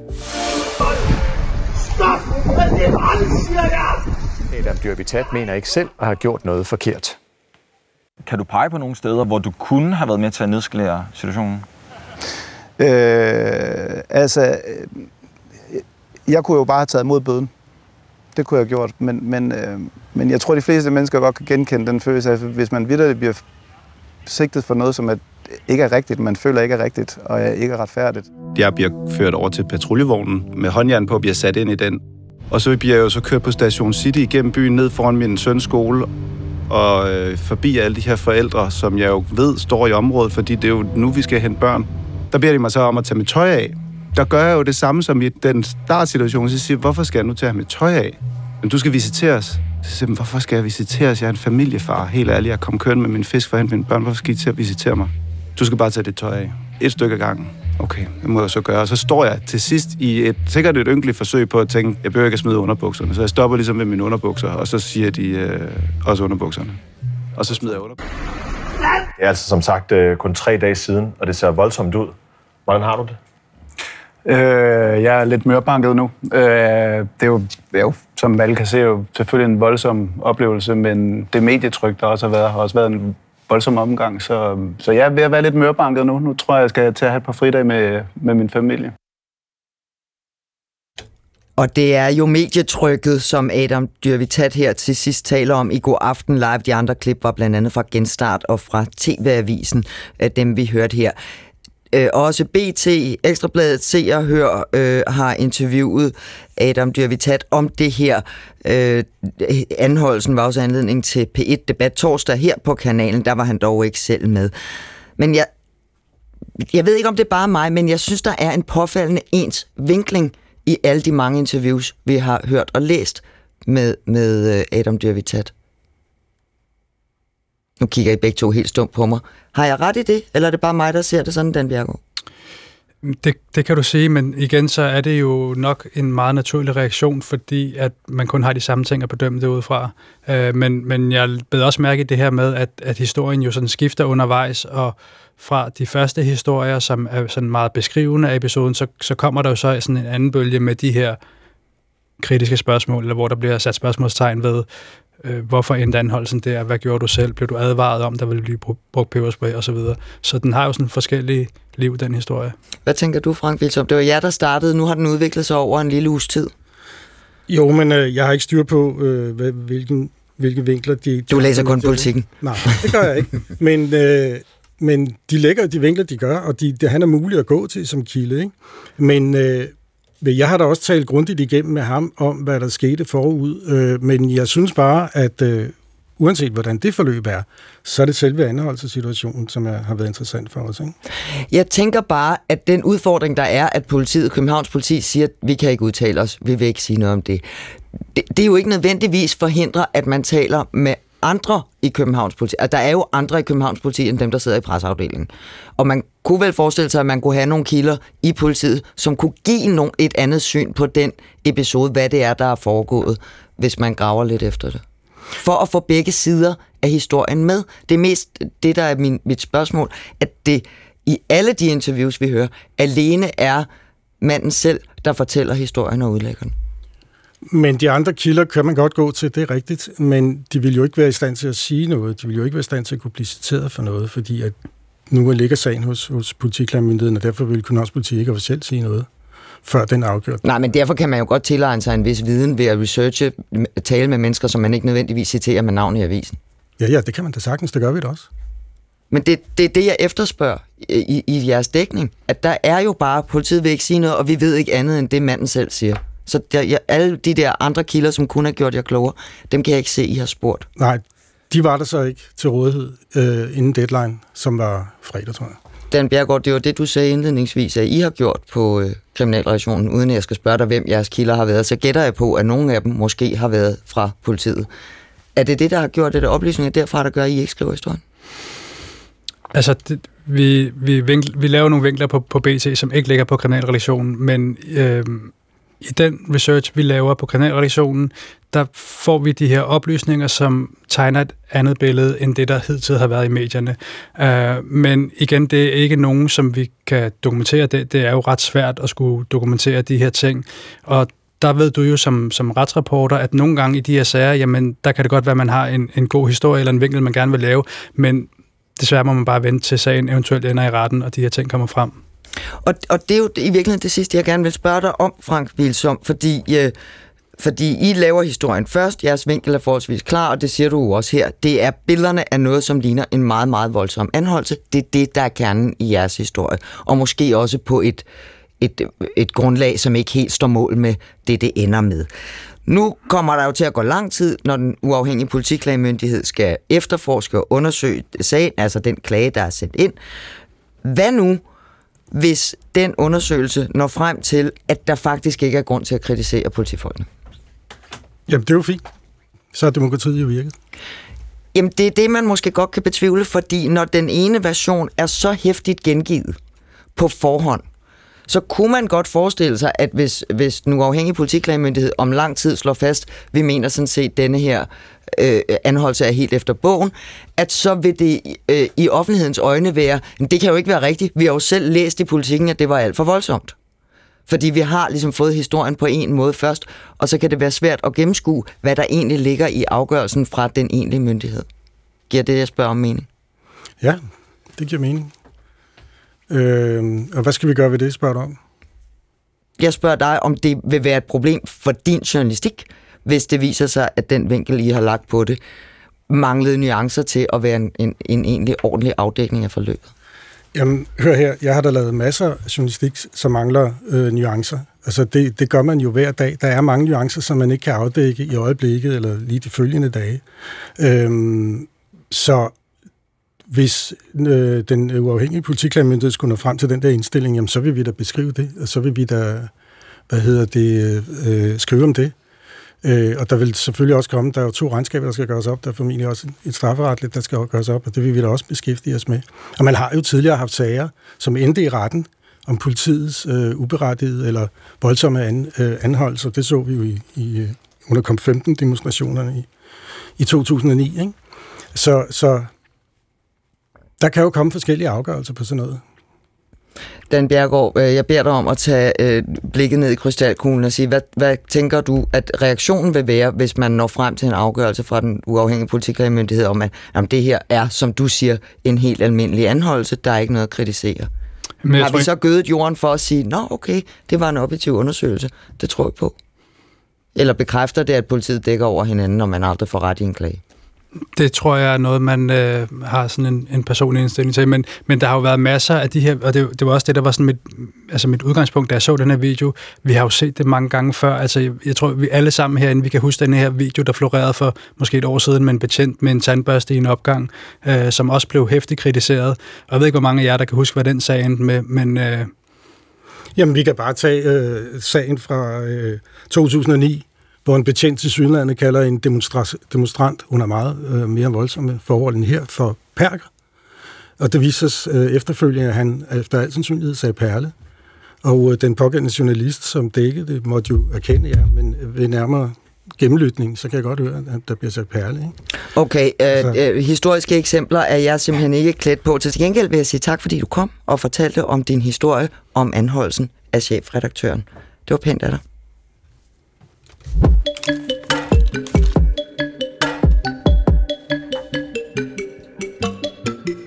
Stop! Det er aldrig, siger jeg! Adam Dürr-Wittat mener ikke selv at have gjort noget forkert. Kan du pege på nogle steder, hvor du kunne have været med til at nedskalere situationen? Jeg kunne jo bare have taget imod bøden. Det kunne jeg have gjort, men jeg tror, de fleste mennesker godt kan genkende den følelse af, hvis man vitterligt bliver sigtet for noget, som ikke er rigtigt, man føler ikke er rigtigt, og ikke er retfærdigt. Jeg bliver ført over til patruljevognen med håndjern på og bliver sat ind i den. Og så bliver jeg jo så kørt på Station City igennem byen ned foran min søns skole og forbi alle de her forældre, som jeg jo ved står i området, fordi det er jo nu, vi skal hente børn. Der beder de mig så om at tage mit tøj af. Der gør jeg jo det samme som i den startsituation. Så siger jeg, hvorfor skal jeg nu tage mit tøj af? Men du skal visiteres. Så siger jeg, hvorfor skal jeg visiteres? Jeg er en familiefar. Helt ærligt, jeg kom kørende med min fisk for at hente mine børn. Hvorfor skal I til at visitere mig? Du skal bare tage dit tøj af. Et stykke ad gangen. Okay, det må jeg så gøre. Og så står jeg til sidst i sikkert et ynkeligt forsøg på at tænke, jeg behøver ikke at smide underbukserne. Så jeg stopper ligesom med mine underbukser, og så siger de også underbukserne. Og så smider jeg underbukserne. Det er altså som sagt kun 3 dage siden, og det ser voldsomt ud. Hvordan har du det? Jeg er lidt mørbanket nu. Det er jo, som alle kan se, jo selvfølgelig en voldsom oplevelse, men det medietryk, der også har også været en voldsom omgang. Så jeg er ved at være lidt mørbanket nu. Nu tror jeg skal til at have et par fridage med min familie. Og det er jo medietrykket, som Adam Dürr-Wittat her til sidst taler om i God Aften Live. De andre klip var blandt andet fra Genstart og fra TV-avisen, dem vi hørte her. Også BT, Ekstrabladet, Se og Hør har interviewet Adam Dürr-Wittat om det her. Anholdelsen var også anledning til P1-debat torsdag her på kanalen. Der var han dog ikke selv med. Men jeg ved ikke, om det er bare mig, men jeg synes, der er en påfaldende ens vinkling i alle de mange interviews, vi har hørt og læst med Adam Dürr-Wittat. Nu kigger I begge to helt stumt på mig. Har jeg ret i det, eller er det bare mig, der ser det sådan, Dan Bjerregaard? Det kan du sige, men igen så er det jo nok en meget naturlig reaktion, fordi at man kun har de samme ting at bedømme det udefra. Men jeg bed også mærke i det her med, at historien jo sådan skifter undervejs, og fra de første historier, som er sådan meget beskrivende af episoden, så kommer der jo så sådan en anden bølge med de her kritiske spørgsmål, eller hvor der bliver sat spørgsmålstegn ved, hvorfor endte anholdelsen der? Hvad gjorde du selv? Blev du advaret om, der ville blive brugt peberspray og så videre? Så den har jo sådan forskellige liv, den historie. Hvad tænker du, Frank Hvilsom? Det var jer, der startede. Nu har den udviklet sig over en lille uges tid. Jo, men jeg har ikke styr på, hvilke vinkler de... Du læser kun Politikken. Nej, det gør jeg ikke. Men de lægger de vinkler, de gør, og han er muligt at gå til som kilde, ikke? Men jeg har da også talt grundigt igennem med ham om, hvad der skete forud, men jeg synes bare, at uanset hvordan det forløb er, så er det selve anholdelsessituationen, som har været interessant for os, ikke? Jeg tænker bare, at den udfordring, der er, at Københavns politi siger, at vi kan ikke udtale os, vi vil ikke sige noget om det. Det er jo ikke nødvendigvis forhindrer, at man taler med andre i Københavns politi. Altså, der er jo andre i Københavns politi, end dem, der sidder i presseafdelingen. Og man kunne vel forestille sig, at man kunne have nogle kilder i politiet, som kunne give et andet syn på den episode, hvad det er, der er foregået, hvis man graver lidt efter det. For at få begge sider af historien med. Det er mest det, der er mit spørgsmål, at det i alle de interviews, vi hører, alene er manden selv, der fortæller historien og udlægger den. Men de andre kilder kan man godt gå til, det er rigtigt, men de vil jo ikke være i stand til at sige noget, de vil jo ikke være i stand til at kunne blive citeret for noget, fordi at nu ligger sagen hos politiklagemyndigheden, og derfor vil Københavns politi ikke officielt sige noget. før den er afgjort. Nej, men derfor kan man jo godt tilegne sig en vis viden ved at researche, tale med mennesker, som man ikke nødvendigvis citerer med navn i avisen. Ja, det kan man da sagtens, det gør vi da også. Men det er det, jeg efterspørger i jeres dækning, at der er jo bare, politiet vil ikke sige noget, og vi ved ikke andet, end det manden selv siger. Så alle de der andre kilder, som kunne have gjort jer klogere, dem kan jeg ikke se, I har spurgt. Nej, de var der så ikke til rådighed inden deadline, som var fredag, tror jeg. Dan Bjerregaard, det var det, du sagde indledningsvis, at I har gjort på kriminalreaktionen, uden at jeg skal spørge dig, hvem jeres kilder har været. Så gætter jeg på, at nogle af dem måske har været fra politiet. Er det det, der har gjort det, der oplysninger derfra, der gør, at I ikke skriver historien? Altså, vi laver nogle vinkler på BT, som ikke ligger på kriminalredaktionen, men i den research, vi laver på kriminalredaktionen, der får vi de her oplysninger, som tegner et andet billede, end det, der hidtil har været i medierne. Men igen, det er ikke nogen, som vi kan dokumentere. Det er jo ret svært at skulle dokumentere de her ting. Og der ved du jo som retsreporter, at nogle gange i de her sager, jamen, der kan det godt være, at man har en god historie eller en vinkel, man gerne vil lave, men desværre må man bare vente til sagen eventuelt ender i retten, og de her ting kommer frem. Og det er jo i virkeligheden det sidste, jeg gerne vil spørge dig om, Frank Hvilsom, fordi I laver historien først, jeres vinkel er forholdsvis klar, og det siger du jo også her. Det er billederne af noget, som ligner en meget, meget voldsom anholdelse. Det er det, der er kernen i jeres historie. Og måske også på et grundlag, som ikke helt står mål med det ender med. Nu kommer der jo til at gå lang tid, når den uafhængige politiklagemyndighed skal efterforske og undersøge sagen, altså den klage, der er sendt ind. Hvad nu, hvis den undersøgelse når frem til, at der faktisk ikke er grund til at kritisere politifolkene? Jamen, det er jo fint. Så er demokratiet jo virket. Jamen, det er det, man måske godt kan betvivle, fordi når den ene version er så heftigt gengivet på forhånd, så kunne man godt forestille sig, at hvis den uafhængige politiklagemyndighed om lang tid slår fast, vi mener sådan set, denne her anholdelse er helt efter bogen, at så vil det i offentlighedens øjne være, det kan jo ikke være rigtigt, vi har jo selv læst i Politikken, at det var alt for voldsomt. Fordi vi har ligesom fået historien på en måde først, og så kan det være svært at gennemskue, hvad der egentlig ligger i afgørelsen fra den egentlige myndighed. Giver det, jeg spørger om mening? Ja, det giver mening. Og hvad skal vi gøre ved det, spørger du om? Jeg spørger dig, om det vil være et problem for din journalistik, hvis det viser sig, at den vinkel, I har lagt på det, manglede nuancer til at være en egentlig ordentlig afdækning af forløbet. Jamen, hør her, jeg har da lavet masser af journalistik, som mangler nuancer. Altså, det gør man jo hver dag. Der er mange nuancer, som man ikke kan afdække i øjeblikket, eller lige de følgende dage. Så hvis den uafhængige politiklagemyndighed skulle nå frem til den der indstilling, jamen, så vil vi da beskrive det, og så vil vi da, skrive om det. Og der vil selvfølgelig også komme, der er jo 2 regnskaber, der skal gøres op, der er formentlig også et strafferetligt, der skal gøres op, og det vil vi da også beskæftige os med. Og man har jo tidligere haft sager, som endte i retten, om politiets uberettigede eller voldsomme anholdelser. Det så vi jo under COP15-demonstrationerne i 2009. Ikke? Så der kan jo komme forskellige afgørelser på sådan noget. Dan Bjerregaard, jeg beder dig om at tage blikket ned i krystalkuglen og sige, hvad tænker du, at reaktionen vil være, hvis man når frem til en afgørelse fra den uafhængige politiklagemyndighed om, at det her er, som du siger, en helt almindelig anholdelse, der er ikke noget at kritisere? Har vi så gødet jorden for at sige, nå okay, det var en objektiv undersøgelse, det tror jeg på? Eller bekræfter det, at politiet dækker over hinanden, når man aldrig får ret i en klage? Det tror jeg er noget, man har sådan en personlig indstilling til, men der har jo været masser af de her, og det var også det, der var sådan mit udgangspunkt, da jeg så den her video. Vi har jo set det mange gange før, altså jeg tror, vi alle sammen herinde, vi kan huske den her video, der florerede for måske et år siden med en betjent med en tandbørste i en opgang, som også blev heftigt kritiseret, og jeg ved ikke, hvor mange af jer, der kan huske, hvad den sag endte med, men... Jamen, vi kan bare tage sagen fra 2009, hvor en betjent til Sydlandet kalder en demonstrant, hun er meget mere voldsomme forhold end her, for perker. Og det viser sig efterfølgende, at han efter al sandsynlighed sagde perle. Og den pågældende journalist, som dækkede det, måtte jo erkende, ja, men ved nærmere gennemlytning, så kan jeg godt høre, at der bliver sagt perle. Ikke? Okay, historiske eksempler er jeg simpelthen ikke klædt på. Til gengæld vil jeg sige tak, fordi du kom og fortalte om din historie om anholdelsen af chefredaktøren. Det var pænt af dig.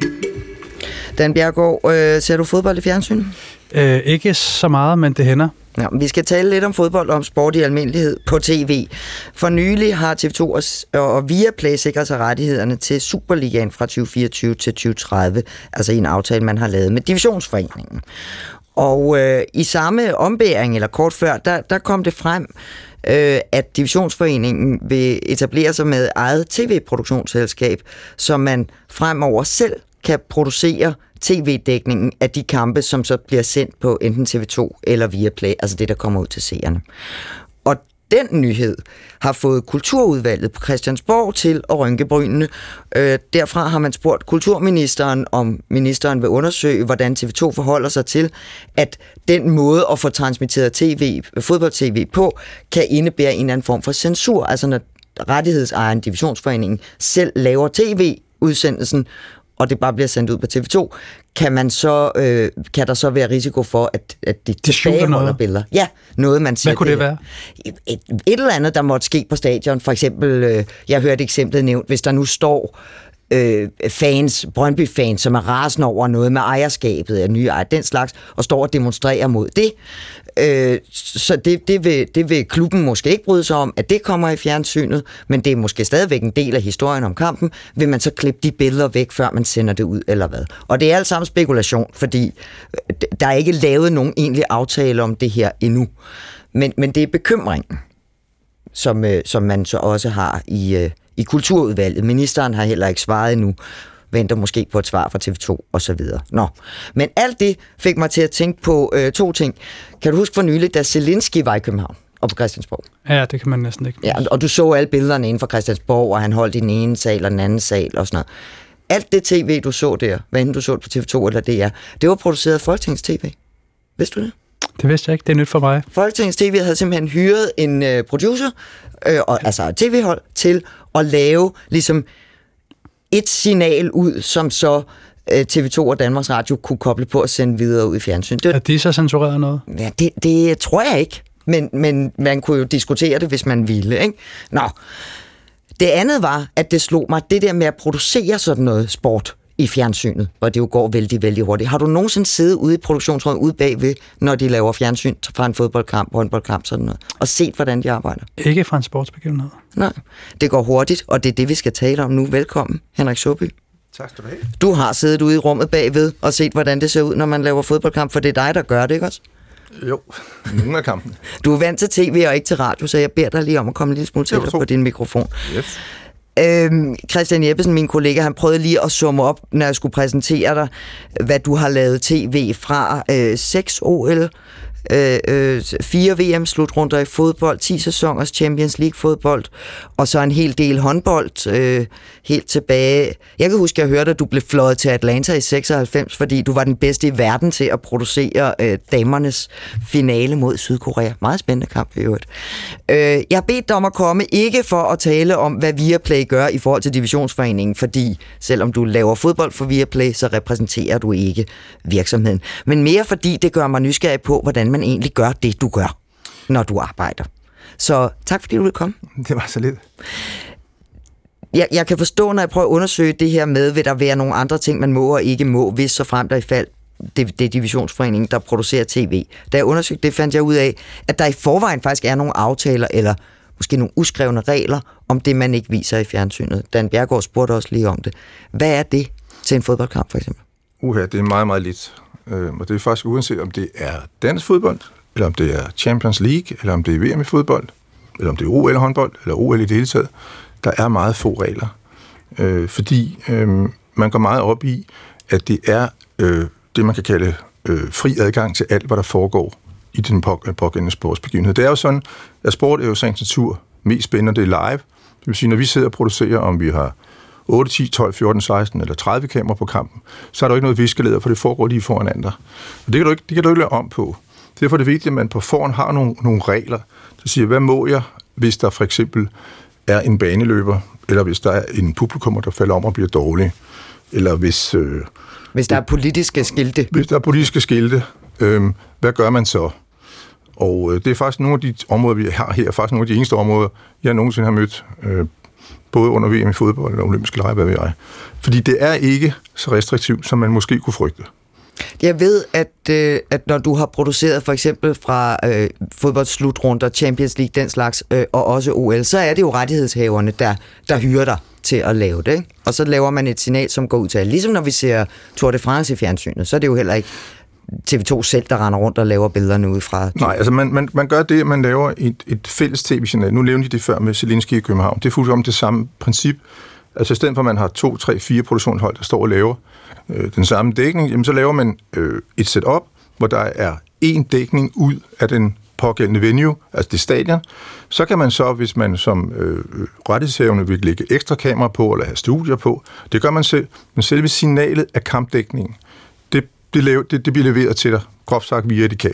Dan Bjerregaard, ser du fodbold i fjernsynet? Ikke så meget, men det hænder. Ja, vi skal tale lidt om fodbold og om sport i almindelighed på tv. For nylig har TV2 og Viaplay sikret sig rettighederne til Superligaen fra 2024 til 2030, altså i en aftale, man har lavet med Divisionsforeningen. Og i samme ombæring, eller kort før, der kom det frem, at Divisionsforeningen vil etablere sig med eget tv-produktionsselskab, så man fremover selv kan producere tv-dækningen af de kampe, som så bliver sendt på enten TV2 eller Viaplay, altså det, der kommer ud til seerne. Og den nyhed har fået Kulturudvalget på Christiansborg til at rynke brynene. Derfra har man spurgt kulturministeren, om ministeren vil undersøge, hvordan TV2 forholder sig til, at den måde at få transmitteret fodbold-tv på, kan indebære en eller anden form for censur. Altså når rettighedsejeren Divisionsforeningen selv laver tv-udsendelsen, og det bare bliver sendt ud på TV2, kan der så være risiko for, at de tilbageholder billeder? Ja, noget man siger. Hvad kunne det være? Et eller andet, der måtte ske på stadion. For eksempel, jeg hørte eksemplet nævnt, hvis der nu står Brøndby-fans, som er rasende over noget med ejerskabet af nye ejer, den slags, og står og demonstrerer mod det. Så det vil klubben måske ikke bryde sig om, at det kommer i fjernsynet, men det er måske stadigvæk en del af historien om kampen. Vil man så klippe de billeder væk, før man sender det ud, eller hvad? Og det er alt sammen spekulation, fordi der er ikke lavet nogen egentlig aftale om det her endnu. Men det er bekymringen, som man så også har i Kulturudvalget. Ministeren har heller ikke svaret endnu. Venter måske på et svar fra TV2 og så videre. Nå. Men alt det fik mig til at tænke på to ting. Kan du huske for nylig, da Zelensky var i København og på Christiansborg? Ja, det kan man næsten ikke. Ja, og du så alle billederne inden for Christiansborg, og han holdt i den ene sal og den anden sal og sådan noget. Alt det tv, du så der, hvad enten du så det på TV2 eller DR, det var produceret af Folketingets TV. Vidste du det? Det vidste jeg ikke. Det er nyt for mig. Folketingets TV havde simpelthen hyret en producer, altså et tv-hold, til at lave ligesom et signal ud, som så TV2 og Danmarks Radio kunne koble på og sende videre ud i fjernsyn. Er de så censureret noget? Ja, det tror jeg ikke. Men man kunne jo diskutere det, hvis man ville, ikke? Nå. Det andet var, at det slog mig, det der med at producere sådan noget sport i fjernsynet, hvor det jo går vældig, vældig hurtigt. Har du nogensinde siddet ude i produktionsrummet ude bagved, når de laver fjernsyn fra en fodboldkamp, håndboldkamp, sådan noget, og set, hvordan de arbejder? Ikke fra en sportsbegivenhed. Nej, det går hurtigt, og det er det, vi skal tale om nu. Velkommen, Henrik Søby. Tak skal du have. Du har siddet ude i rummet bagved og set, hvordan det ser ud, når man laver fodboldkamp, for det er dig, der gør det, ikke også? Jo, nogle af kampene. Du er vant til tv og ikke til radio, så jeg beder dig lige om at komme en lille smule tættere på din mikrofon. Yes. Christian Jeppesen, min kollega, han prøvede lige at summe op, når jeg skulle præsentere dig, hvad du har lavet tv fra 6 OL, 4 VM-slutrunder i fodbold, 10 sæsoners Champions League-fodbold, og så en hel del håndbold helt tilbage. Jeg kan huske, at jeg hørte, at du blev fløjet til Atlanta i 96, fordi du var den bedste i verden til at producere damernes finale mod Sydkorea. Meget spændende kamp i øvrigt. Jeg har bedt dig om at komme, ikke for at tale om, hvad Viaplay gør i forhold til Divisionsforeningen, fordi selvom du laver fodbold for Viaplay, så repræsenterer du ikke virksomheden. Men mere fordi det gør mig nysgerrig på, hvordan man egentlig gør det, du gør, når du arbejder. Så tak fordi du ville komme. Det var så lidt. Jeg kan forstå, når jeg prøver at undersøge det her med, vil der være nogle andre ting, man må og ikke må, hvis så frem der i fald det er Divisionsforeningen, der producerer tv. Da jeg undersøgte det, fandt jeg ud af, at der i forvejen faktisk er nogle aftaler, eller måske nogle uskrevne regler, om det, man ikke viser i fjernsynet. Dan Bjergård spurgte også lige om det. Hvad er det til en fodboldkamp, for eksempel? Det er meget, meget lidt. Og det er faktisk uanset, om det er dansk fodbold, eller om det er Champions League, eller om det er VM i fodbold, eller om det er OL håndbold, eller OL i det hele taget. Der er meget få regler. Fordi man går meget op i, at det er det, man kan kalde fri adgang til alt, hvad der foregår i den pågældende sportsbegivenhed. Det er jo sådan, at sport er jo sagens natur mest spændende, det er live. Det vil sige, når vi sidder og producerer, om vi har 8, 10, 12, 14, 16 eller 30 kameraer på kampen, så er der jo ikke noget viskeleder, for det foregår lige foran andre. Og det kan du ikke lade om på. Derfor er det vigtigt, at man på forhånd har nogle regler, der siger, hvad må jeg, hvis der for eksempel er en baneløber, eller hvis der er en publikummer, der falder om og bliver dårlig, eller hvis der er politiske skilte. Hvis der er politiske skilte, hvad gør man så? Og det er faktisk nogle af de områder, vi har her, faktisk nogle af de eneste områder, jeg nogensinde har mødt, både under VM i fodbold og olympiske lege, hvad ved jeg. Fordi det er ikke så restriktivt, som man måske kunne frygte. Jeg ved, at når du har produceret for eksempel fra fodboldsslutrunder, Champions League, den slags, og også OL, så er det jo rettighedshaverne, der hyrer dig til at lave det, ikke? Og så laver man et signal, som går ud til alle. Ligesom når vi ser Tour de France i fjernsynet, så er det jo heller ikke TV2 selv, der render rundt og laver billederne ud fra... Nej, altså man gør det, at man laver et fælles tv-signal. Nu nævnte de det før med Zelensky i København. Det er fuldkommen det samme princip. Altså i stedet for, at man har 2, 3, 4 produktionshold, der står og laver den samme dækning, jamen så laver man et setup, hvor der er én dækning ud af den pågældende venue, altså det stadion. Så kan man så, hvis man som rettighedshavende vil lægge ekstra kamera på, eller have studier på, det gør man selv, men selve signalet af kampdækningen, det bliver leveret til dig, groft sagt via et kabel.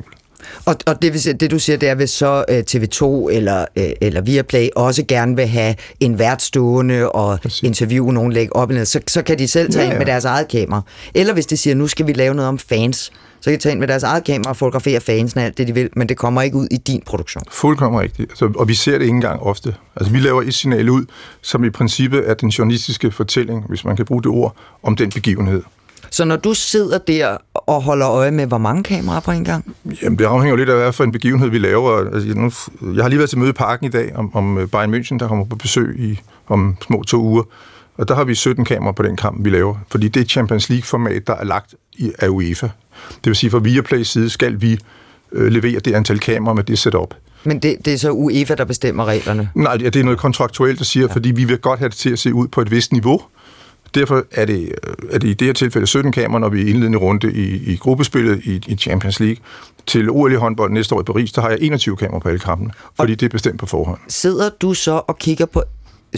Og det du siger, det er, hvis så TV2 eller Viaplay også gerne vil have en vært stående og interviewe nogen, lægge op, så kan de selv tage ind med deres eget kamera. Eller hvis de siger, nu skal vi lave noget om fans, så kan de tage ind med deres eget kamera og fotografere fansene alt det, de vil, men det kommer ikke ud i din produktion. Fuldkommen rigtigt. Altså, og vi ser det ikke engang ofte. Altså, vi laver et signal ud, som i princippet er den journalistiske fortælling, hvis man kan bruge det ord, om den begivenhed. Så når du sidder der og holder øje med, hvor mange kameraer på en gang? Jamen, det afhænger jo lidt af, hvad for en begivenhed vi laver. Altså, jeg har lige været til møde i Parken i dag om Bayern München, der kommer på besøg om små 2 uger. Og der har vi 17 kameraer på den kamp, vi laver. Fordi det er Champions League-format, der er lagt af UEFA. Det vil sige, fra Viaplays side skal vi levere det antal kameraer med det setup. Men det er så UEFA, der bestemmer reglerne? Nej, det er noget kontraktuelt, der siger, fordi vi vil godt have det til at se ud på et vist niveau. Derfor er det i det her tilfælde 17 kameraer, når vi er indledende runde i gruppespillet i Champions League. Til OL i håndbold næste år i Paris, der har jeg 21 kameraer på alle kampene, fordi det er bestemt på forhånd. Sidder du så og kigger på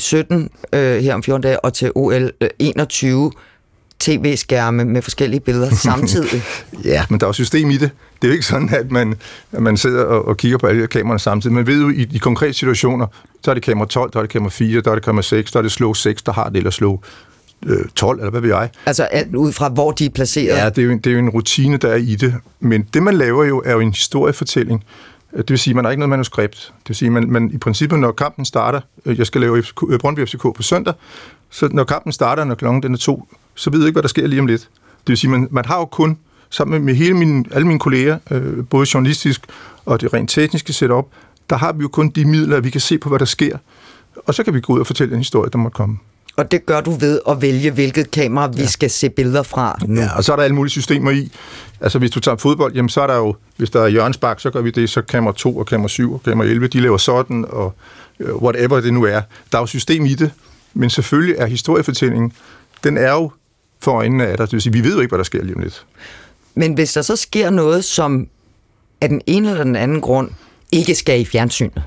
17 her om 14 dage, og til OL 21 tv-skærme med forskellige billeder samtidig? Ja, men der er jo system i det. Det er jo ikke sådan, at man sidder og kigger på alle kameraerne samtidig. Man ved jo, i de konkrete situationer, så er det kamera 12, der er det kamera 4, der er det kamera 6, der er det slow 6, der har det, eller slow 12, eller hvad ved jeg. Altså ud fra, hvor de er placeret? Ja, det er jo en rutine, der er i det. Men det, man laver jo, er jo en historiefortælling. Det vil sige, at man har ikke noget manuskript. Det vil sige, at man i princippet, når kampen starter, jeg skal lave Brøndby FCK på søndag, så når kampen starter, når klokken den er 2, så ved jeg ikke, hvad der sker lige om lidt. Det vil sige, at man har jo kun, sammen med alle mine kolleger, både journalistisk og det rent tekniske setup, der har vi jo kun de midler, at vi kan se på, hvad der sker. Og så kan vi gå ud og fortælle en historie, der måtte komme. Og det gør du ved at vælge, hvilket kamera vi skal se billeder fra nu. Ja, og så er der alle mulige systemer i. Altså hvis du tager fodbold, jamen så er der jo, hvis der er hjørnespark, så gør vi det, så kamera 2 og kamera 7 og kamera 11, de laver sådan, og whatever det nu er. Der er jo system i det, men selvfølgelig er historiefortællingen, den er jo for øjnene af dig. Det vil sige, vi ved jo ikke, hvad der sker lige om lidt. Men hvis der så sker noget, som af den ene eller den anden grund ikke skal i fjernsynet,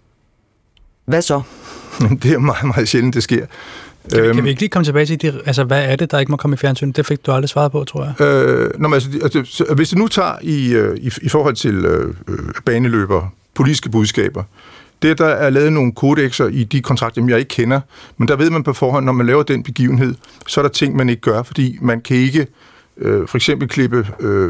hvad så? Det er meget, meget sjældent, det sker. Kan vi ikke lige komme tilbage til det? Altså, hvad er det, der ikke må komme i fjernsynet? Det fik du aldrig svaret på, tror jeg. Hvis du nu tager i forhold til baneløbere, politiske budskaber, det der er lavet nogle kodexer i de kontrakter, jeg ikke kender, men der ved man på forhånd, når man laver den begivenhed, så er der ting, man ikke gør, fordi man kan ikke for eksempel klippe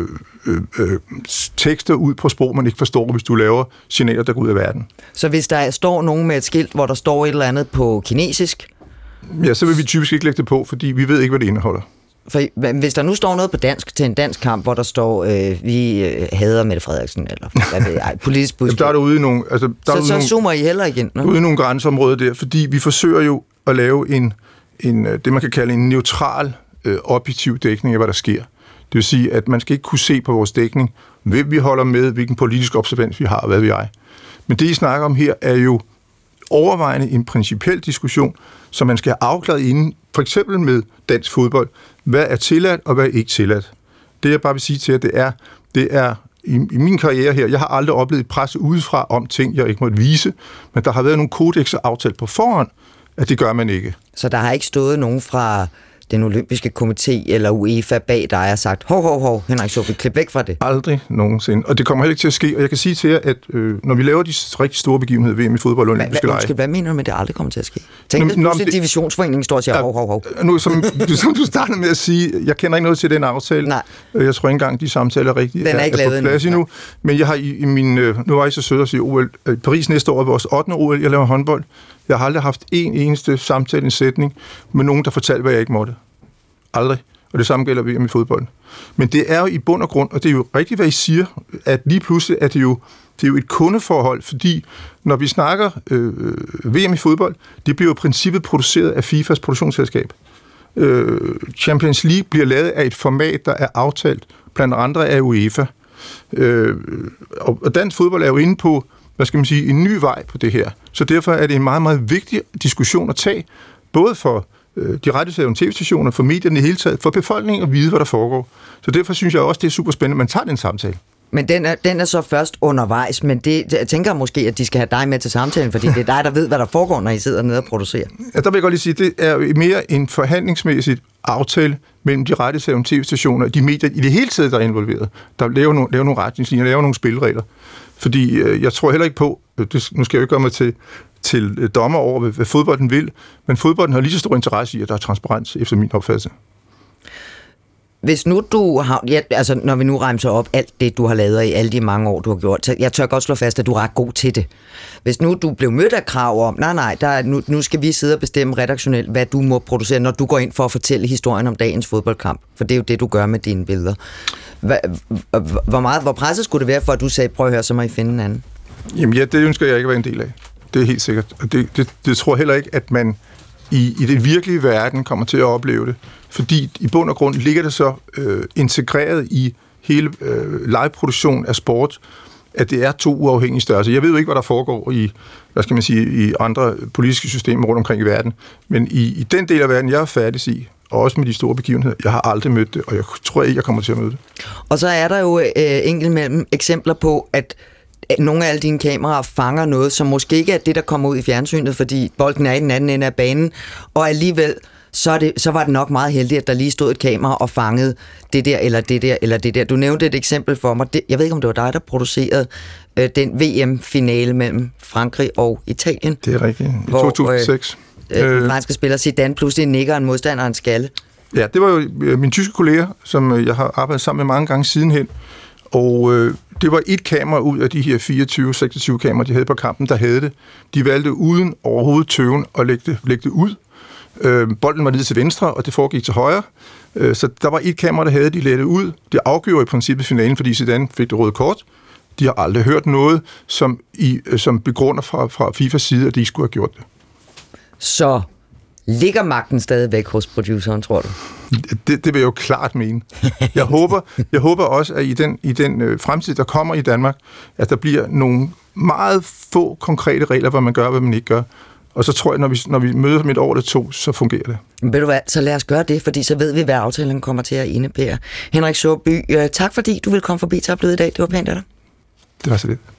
tekster ud på sprog, man ikke forstår, hvis du laver signaler, der går ud af verden. Så hvis der står nogen med et skilt, hvor der står et eller andet på kinesisk? Ja, så vil vi typisk ikke lægge det på, fordi vi ved ikke, hvad det indeholder. For hvis der nu står noget på dansk til en dansk kamp, hvor der står, vi hader Mette Frederiksen, eller hvad ved jeg, politisk budskab. Der er der ude i nogle... Altså, så zoomer I heller igen? Ude i nogle grænseområder der, fordi vi forsøger jo at lave en det, man kan kalde en neutral, objektiv dækning af, hvad der sker. Det vil sige, at man skal ikke kunne se på vores dækning, hvem vi holder med, hvilken politisk observans vi har, hvad ved jeg. Men det, I snakker om her, er jo overvejende en principiel diskussion, som man skal have afklaret inden, for eksempel med dansk fodbold. Hvad er tilladt, og hvad er ikke tilladt? Det, jeg bare vil sige til jer, det er i min karriere her, jeg har aldrig oplevet presse udefra om ting, jeg ikke måtte vise, men der har været nogle kodexer aftalt på forhånd, at det gør man ikke. Så der har ikke stået nogen fra den olympiske komité eller UEFA bag dig og sagt, hov, Henrik Sofie, klip væk fra det? Aldrig nogensinde. Og det kommer heller ikke til at ske. Og jeg kan sige til jer, at når vi laver de rigtig store begivenheder, VM i fodbold og olympiske lege... Hvad mener du med, det aldrig kommer til at ske? Tænk, at divisionsforeningen står og siger, hov. Nu, som du startede med at sige, jeg kender ikke noget til den aftale. Nej. Jeg tror ikke engang, de samtaler rigtigt den er ikke på plads endnu. Men jeg har i min... Nu var jeg så sød at sige OL. Paris næste år er vores 8. OL. Jeg laver håndbold. Jeg har aldrig haft en eneste samtale, en sætning med nogen, der fortalte, hvad jeg ikke måtte. Aldrig. og det samme gælder VM i fodbold. Men det er jo i bund og grund, og det er jo rigtigt, hvad I siger, at lige pludselig er det jo et kundeforhold, fordi når vi snakker VM i fodbold, det bliver jo i princippet produceret af FIFAs produktionsselskab. Champions League bliver lavet af et format, der er aftalt blandt andre af UEFA. Og dansk fodbold er jo inde på, hvad skal man sige, en ny vej på det her. Så derfor er det en meget, meget vigtig diskussion at tage, både for de rettighedshavende tv-stationer, for medierne i hele taget, for befolkningen at vide, hvad der foregår. Så derfor synes jeg også, det er super spændende, at man tager den samtale. Men den er så først undervejs, men jeg tænker måske, at de skal have dig med til samtalen, fordi det er dig, der ved, hvad der foregår, når I sidder nede og producerer. Ja, der vil jeg godt lige sige, det er jo mere en forhandlingsmæssigt aftale mellem de rettighedshavende tv-stationer og de medier i det hele taget, der er involveret. Der laver nogle retningslinjer, laver nogle spilleregler. Fordi jeg tror heller ikke på, nu skal jeg jo ikke gøre mig til dommer over, hvad fodbolden vil, men fodbolden har lige så stor interesse i, at der er transparens, efter min opfattelse. Hvis nu du har, når vi nu remser op alt det, du har lavet i alle de mange år, du har gjort, så jeg tør godt slå fast, at du er ret god til det. Hvis nu du blev mødt af krav om, nu skal vi sidde og bestemme redaktionelt, hvad du må producere, når du går ind for at fortælle historien om dagens fodboldkamp, for det er jo det, du gør med dine billeder. Hvor presset skulle det være, for at du sagde, prøv at høre, så må I finde en anden? Jamen ja, det ønsker jeg ikke at være en del af. Det er helt sikkert. Og det tror jeg heller ikke, at man i den virkelige verden kommer til at opleve det. Fordi i bund og grund ligger det så integreret i hele liveproduktion af sport, at det er to uafhængige størrelser. Jeg ved jo ikke, hvad der foregår i, i andre politiske systemer rundt omkring i verden, men i den del af verden, jeg er færdig i, og også med de store begivenheder, jeg har aldrig mødt det, og jeg tror ikke, jeg kommer til at møde det. Og så er der jo enkelt mellem eksempler på, at nogle af alle dine kameraer fanger noget, som måske ikke er det, der kommer ud i fjernsynet, fordi bolden er i den anden ende af banen, og alligevel så var det nok meget heldigt, at der lige stod et kamera og fangede det der, eller det der, eller det der. Du nævnte et eksempel for mig. Jeg ved ikke, om det var dig, der producerede den VM-finale mellem Frankrig og Italien. Det er rigtigt. I 2006. Den franske spiller Zidane pludselig nikker en modstander en skalle. Ja, det var jo mine tyske kolleger, som jeg har arbejdet sammen med mange gange sidenhen. Og det var et kamera ud af de her 24-26 kameraer, de havde på kampen, der havde det. De valgte uden overhovedet tøven at lægge det ud. Bolden var nede til venstre, og det foregik til højre. Så der var et kamera, der havde de lettet ud. Det afgjorde i princippet finalen, fordi Zidane fik det røde kort. De har aldrig hørt noget, som begrunder fra FIFAs side, at de skulle have gjort det. Så ligger magten stadigvæk hos produceren, tror du? Det vil jeg jo klart mene. Jeg håber også, at i den fremtid, der kommer i Danmark, at der bliver nogle meget få konkrete regler, hvad man gør, hvad man ikke gør. Og så tror jeg, når vi møder dem et år eller to, så fungerer det. Men ved du hvad, så lad os gøre det, fordi så ved vi, hvad aftalen kommer til at indebære. Henrik Søby, tak fordi du ville komme forbi Tabloid i dag. Det var pænt af dig. Det var så lidt.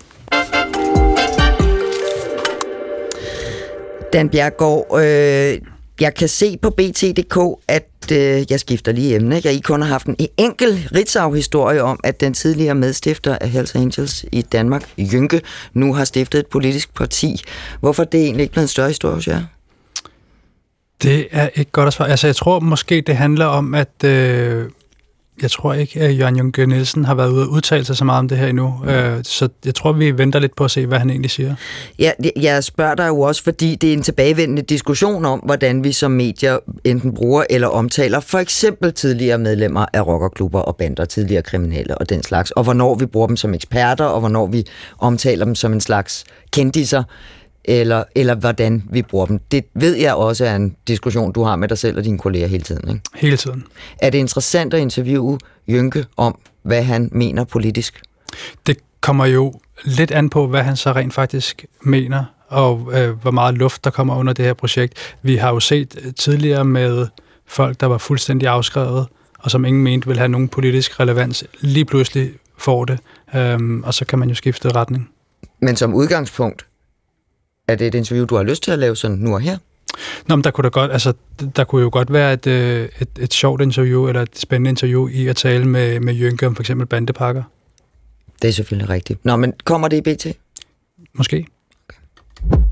Dan Bjerregaard, jeg kan se på BT.dk, at jeg skifter lige emne, ikke? I kun har haft en enkel Ritzau-historie om, at den tidligere medstifter af Hells Angels i Danmark, Jynke, nu har stiftet et politisk parti. Hvorfor er det egentlig ikke blevet en større historie hos jer? Det er ikke godt at svare. Altså, jeg tror måske, det handler om, at jeg tror ikke, at Jørgen Jynke Nielsen har været ude og udtale sig så meget om det her endnu. Så jeg tror, vi venter lidt på at se, hvad han egentlig siger. Ja, jeg spørger dig jo også, fordi det er en tilbagevendende diskussion om, hvordan vi som medier enten bruger eller omtaler for eksempel tidligere medlemmer af rockerklubber og bander, tidligere kriminelle og den slags, og hvornår vi bruger dem som eksperter, og hvornår vi omtaler dem som en slags kendiser, eller hvordan vi bruger dem. Det ved jeg også er en diskussion, du har med dig selv og dine kolleger hele tiden, ikke? Hele tiden. Er det interessant at interviewe Jynke om, hvad han mener politisk? Det kommer jo lidt an på, hvad han så rent faktisk mener, og hvor meget luft der kommer under det her projekt. Vi har jo set tidligere med folk, der var fuldstændig afskrevet, og som ingen mente ville have nogen politisk relevans, lige pludselig får det, og så kan man jo skifte retning. Men som udgangspunkt, er det et interview, du har lyst til at lave sådan nu og her? Nå, men der kunne jo godt være et sjovt interview, eller et spændende interview i at tale med Jynke om for eksempel bandepakker. Det er selvfølgelig rigtigt. Nå, men kommer det i BT? Måske. Okay.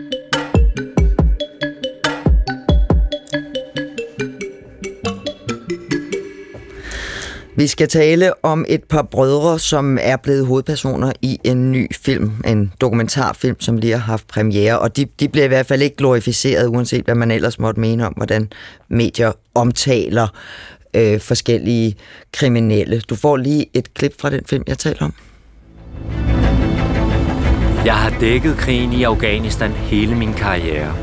Vi skal tale om et par brødre, som er blevet hovedpersoner i en ny film, en dokumentarfilm, som lige har haft premiere, og de bliver i hvert fald ikke glorificeret, uanset hvad man ellers måtte mene om, hvordan medier omtaler forskellige kriminelle. Du får lige et klip fra den film, jeg taler om. Jeg har dækket krigen i Afghanistan hele min karriere.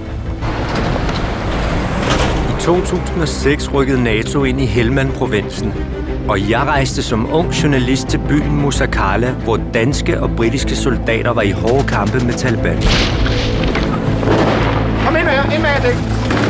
I 2006 rykkede NATO ind i Helmand-provinsen, og jeg rejste som ung journalist til byen Musakala, hvor danske og britiske soldater var i hårde kampe med Taliban. Kom ind med jer, dæk!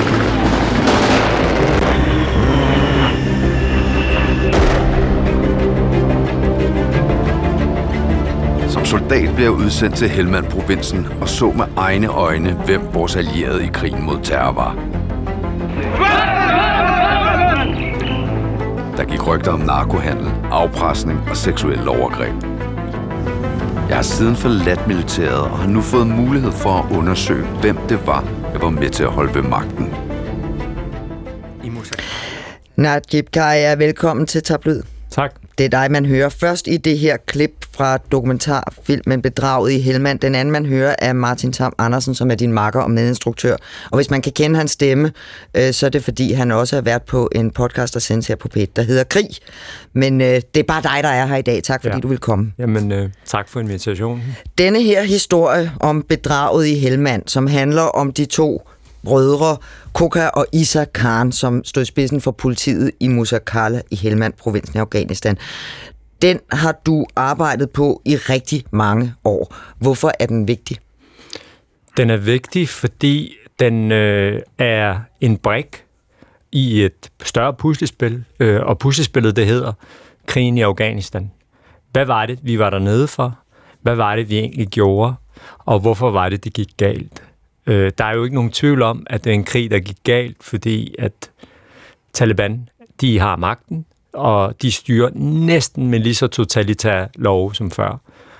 Som soldat blev jeg udsendt til Helmand-provinsen og så med egne øjne, hvem vores allierede i krigen mod terror var. Der gik rygter om narkohandel, afpresning og seksuelle overgreb. Jeg har siden forladt militæret og har nu fået mulighed for at undersøge, hvem det var, jeg var med til at holde ved magten. Najib Khaja, velkommen til Tabloid. Tak. Det er dig, man hører først i det her klip fra dokumentarfilmen Bedraget i Helmand. Den anden, man hører, er Martin Tam Andersen, som er din makker og medinstruktør. Og hvis man kan kende hans stemme, så er det fordi, han også har været på en podcast, der sendes her på P1, der hedder Krig. Men det er bare dig, der er her i dag. Tak, fordi du vil komme. Jamen, tak for invitationen. Denne her historie om Bedraget i Helmand, som handler om de to brødre, Koka og Isa Khan, som stod i spidsen for politiet i Musakala i Helmand-provinsen i Afghanistan. Den har du arbejdet på i rigtig mange år. Hvorfor er den vigtig? Den er vigtig, fordi den er en brik i et større puslespil, og puslespillet, det hedder krigen i Afghanistan. Hvad var det, vi var dernede for? Hvad var det, vi egentlig gjorde? Og hvorfor var det gik galt? Der er jo ikke nogen tvivl om, at det er en krig, der gik galt, fordi at Taliban, de har magten, og de styrer næsten med lige så totalitære love som før.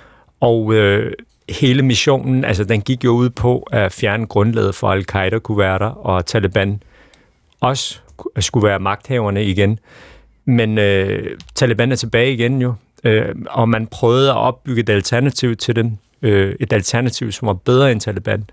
Og hele missionen, altså den gik jo ud på at fjerne grundlaget for Al-Qaida kunne være der, og Taliban også skulle være magthaverne igen. Men Taliban er tilbage igen jo, og man prøvede at opbygge et alternativ til den. Et alternativ, som var bedre end Taliban.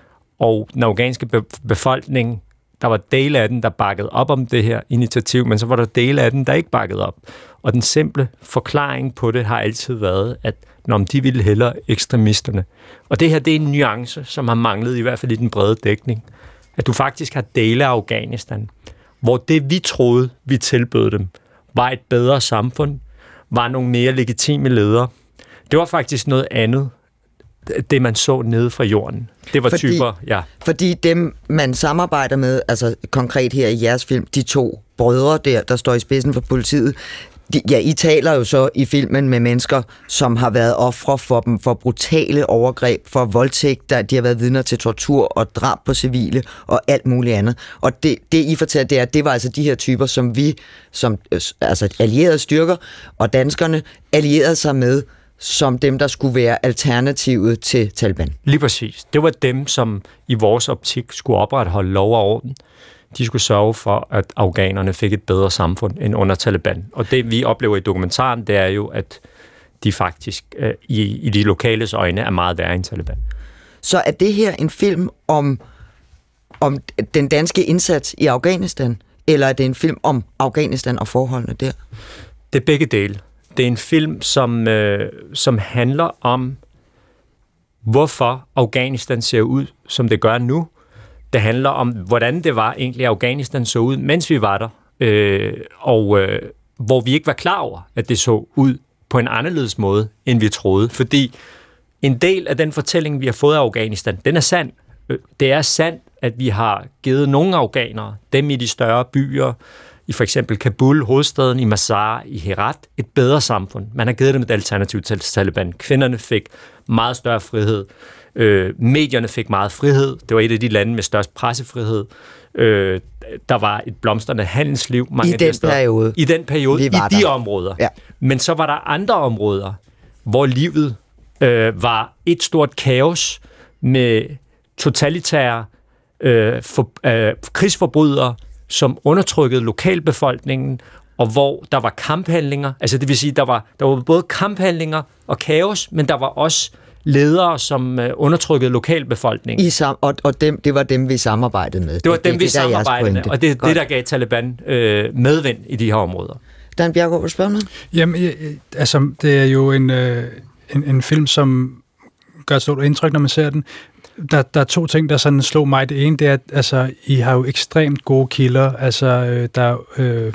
Og den afghanske befolkning, der var dele af den, der bakkede op om det her initiativ, men så var der dele af den, der ikke bakkede op. Og den simple forklaring på det har altid været, at når de ville hellere ekstremisterne. Og det her, det er en nuance, som har manglet i hvert fald i den brede dækning. At du faktisk har dele af Afghanistan, hvor det vi troede, vi tilbød dem, var et bedre samfund, var nogle mere legitime ledere. Det var faktisk noget andet, det man så nede fra jorden. Det var typer, ja. Fordi dem, man samarbejder med, altså konkret her i jeres film, de to brødre der står i spidsen for politiet, I taler jo så i filmen med mennesker, som har været ofre for dem, for brutale overgreb, for voldtægt, de har været vidner til tortur og drab på civile og alt muligt andet. Og det I fortæller, det var altså de her typer, som vi, som altså allierede styrker og danskerne, allierede sig med, som dem, der skulle være alternativet til Taliban. Lige præcis. Det var dem, som i vores optik skulle opretholde lov og orden. De skulle sørge for, at afghanerne fik et bedre samfund end under Taliban. Og det, vi oplever i dokumentaren, det er jo, at de faktisk i de lokales øjne er meget værre end Taliban. Så er det her en film om den danske indsats i Afghanistan, eller er det en film om Afghanistan og forholdene der? Det er begge dele. Det er en film, som handler om, hvorfor Afghanistan ser ud, som det gør nu. Det handler om, hvordan det var egentlig, Afghanistan så ud, mens vi var der, hvor vi ikke var klar over, at det så ud på en anderledes måde, end vi troede. Fordi en del af den fortælling, vi har fået af Afghanistan, den er sand. Det er sandt, at vi har givet nogle afghanere, dem i de større byer, i for eksempel Kabul, hovedstaden, i Mazar, i Herat, et bedre samfund. Man har givet dem et alternativ til Taliban. Kvinderne fik meget større frihed. Medierne fik meget frihed. Det var et af de lande med størst pressefrihed. Der var et blomstrende handelsliv. I den periode, i de områder. Ja. Men så var der andre områder, hvor livet var et stort kaos med totalitære krigsforbrydere, som undertrykkede lokalbefolkningen, og hvor der var kamphandlinger. Altså det vil sige, der var både kamphandlinger og kaos, men der var også ledere, som undertrykkede lokalbefolkningen. Og det var dem, vi samarbejdede med. Det var dem, vi samarbejdede med, og det er det, der gav Taliban medvind i de her områder. Dan Bjerregaard, vil du spørge noget? Jamen, altså, det er jo en film, som gør et stort indtryk, når man ser den. Der er to ting, der sådan slog mig. Det ene, det er, at altså, I har jo ekstremt gode kilder. Altså, der er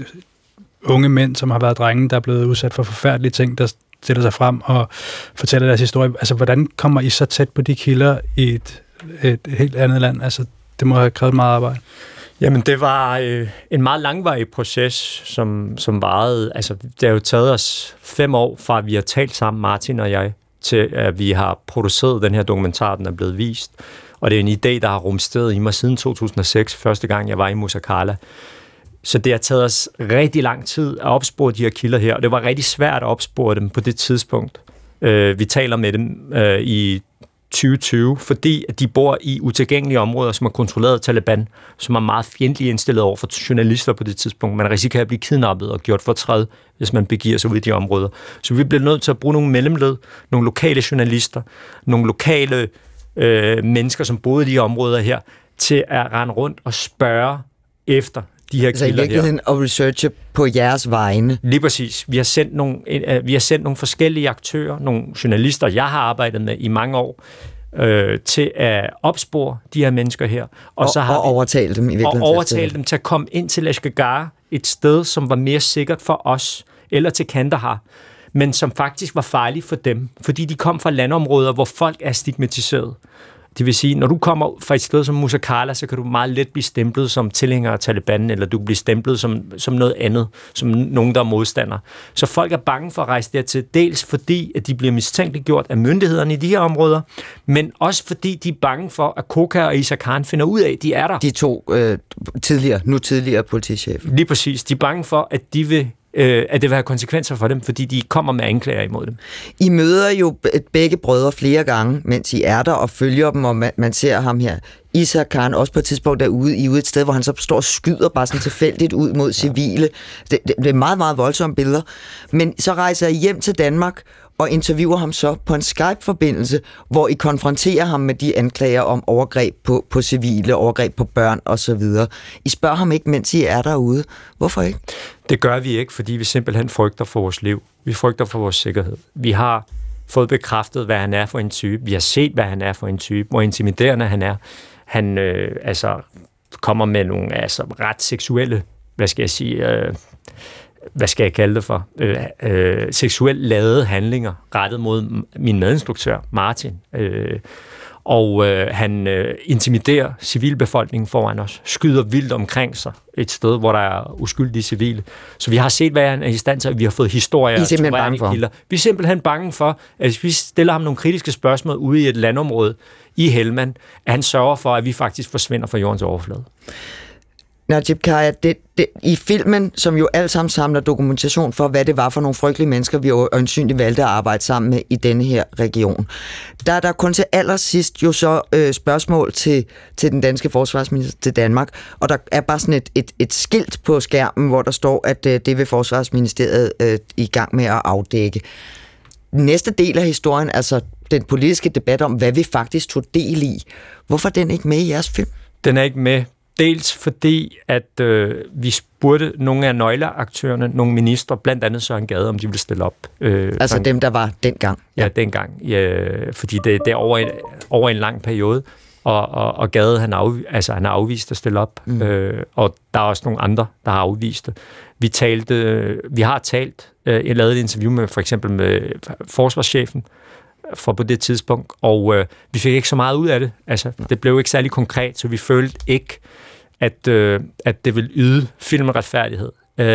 unge mænd, som har været drenge, der er blevet udsat for forfærdelige ting, der stiller sig frem og fortæller deres historie. Altså, hvordan kommer I så tæt på de kilder i et helt andet land? Altså, det må have krævet meget arbejde. Jamen, det var en meget langvarig proces, som varede. Altså, det har jo taget os 5 år, fra vi har talt sammen, Martin og jeg, til at vi har produceret den her dokumentar, den er blevet vist. Og det er en idé, der har rumsteret i mig siden 2006, første gang jeg var i Musakala. Så det har taget os rigtig lang tid at opspore de her kilder her, og det var rigtig svært at opspore dem på det tidspunkt. Vi taler med dem i 2020, fordi at de bor i utilgængelige områder, som er kontrolleret af Taliban, som er meget fjendtligt indstillet over for journalister på det tidspunkt. Man risikerer at blive kidnappet og gjort fortræd, hvis man begiver sig ud i de områder. Så vi bliver nødt til at bruge nogle mellemled, nogle lokale journalister, nogle lokale mennesker, som boede i de områder her, til at rende rundt og spørge efter de her kilder her. Altså i virkeligheden at researche på jeres vegne. Lige præcis. Vi har sendt nogle forskellige aktører, nogle journalister, jeg har arbejdet med i mange år, til at opspore de her mennesker her. Og så har overtale dem i virkeligheden. Og overtale dem til at komme ind til Lashkar, et sted, som var mere sikkert for os, eller til Kandahar, men som faktisk var farligt for dem, fordi de kom fra landområder, hvor folk er stigmatiseret. Det vil sige, når du kommer fra et sted som Musakala, så kan du meget let blive stemplet som tilhænger af Taliban, eller du bliver stemplet som noget andet, som nogen, der er modstander. Så folk er bange for at rejse dertil, dels fordi, at de bliver mistænkeliggjort af myndighederne i de her områder, men også fordi, de er bange for, at Koka og Isa Khan finder ud af, at de er der. De to tidligere politichefer. Lige præcis. De er bange for, at at det vil have konsekvenser for dem, fordi de kommer med anklager imod dem. I møder jo begge brødre flere gange, mens I er der og følger dem, og man ser ham her. Isa Khan også på et tidspunkt derude, I ude et sted, hvor han så står og skyder bare sådan tilfældigt ud mod civile. Det er meget, meget voldsomme billeder. Men så rejser I hjem til Danmark og interviewer ham så på en Skype-forbindelse, hvor I konfronterer ham med de anklager om overgreb på civile, overgreb på børn osv. I spørger ham ikke, mens I er derude. Hvorfor ikke? Det gør vi ikke, fordi vi simpelthen frygter for vores liv. Vi frygter for vores sikkerhed. Vi har fået bekræftet, hvad han er for en type. Vi har set, hvad han er for en type. Hvor intimiderende han er. Han kommer med nogle ret seksuelle, hvad skal jeg kalde det for, seksuelt ladede handlinger rettet mod min medinstruktør, Martin. Han intimiderer civilbefolkningen foran os, skyder vildt omkring sig et sted, hvor der er uskyldige civile. Så vi har set, hvad han er i stand til, vi har fået historier. I er simpelthen bange for. Vi er simpelthen bange for, at hvis vi stiller ham nogle kritiske spørgsmål ude i et landområde i Helmand, at han sørger for, at vi faktisk forsvinder fra jordens overflade. Najib Khaja, i filmen, som jo alt sammen samler dokumentation for, hvad det var for nogle frygtelige mennesker, vi øjensynligt valgte at arbejde sammen med i denne her region. Der er der kun til allersidst jo så spørgsmål til den danske forsvarsminister til Danmark, og der er bare sådan et skilt på skærmen, hvor der står, at det vil Forsvarsministeriet i gang med at afdække. Næste del af historien, altså den politiske debat om, hvad vi faktisk tog del i. Hvorfor er den ikke med i jeres film? Den er ikke med. Dels fordi, at vi spurgte nogle af nøgleaktørerne, nogle ministre, blandt andet Søren Gade, om de ville stille op. Altså dem, der var dengang? Ja, dengang. Ja, fordi det er over en lang periode, og Gade, han har afvist at stille op, og der er også nogle andre, der har afvist det. Jeg lavede et interview med for eksempel med forsvarschefen, fra på det tidspunkt, og vi fik ikke så meget ud af det. Altså, det blev ikke særlig konkret, så vi følte ikke, at det ville yde filmretfærdighed.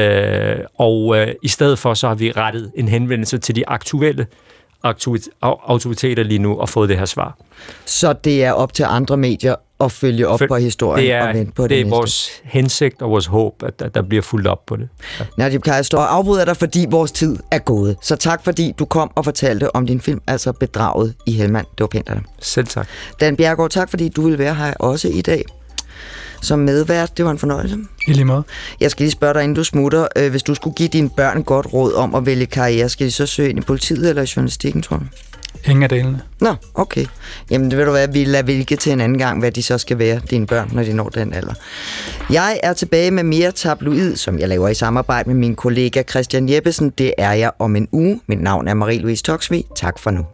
I stedet for, så har vi rettet en henvendelse til de aktuelle autoriteter lige nu og fået det her svar. Så det er op til andre medier at følge op på historien og vente på det næste. Det er vores hensigt og vores håb, at der bliver fulgt op på det. Ja. Najib Khaja, står og afbryder dig, fordi vores tid er gået. Så tak, fordi du kom og fortalte om din film, altså Bedraget i Helmand. Det var pænt af dig. Selv tak. Dan Bjerregaard, tak fordi du ville være her også i dag som medvært. Det var en fornøjelse. I lige måde. Jeg skal lige spørge dig, inden du smutter. Hvis du skulle give dine børn godt råd om at vælge karriere, skal de så søge ind i politiet eller i journalistikken, tror du? Ingen af delene. Nå, okay. Jamen, det ved du hvad, vi lader hvilke til en anden gang, hvad de så skal være, dine børn, når de når den alder. Jeg er tilbage med mere tabloid, som jeg laver i samarbejde med min kollega Christian Jeppesen. Det er jeg om en uge. Mit navn er Marie-Louise Toksvig. Tak for nu.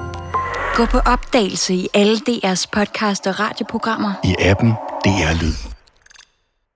Gå på opdagelse i alle DR's podcast og radioprogrammer. I appen DR Lyd.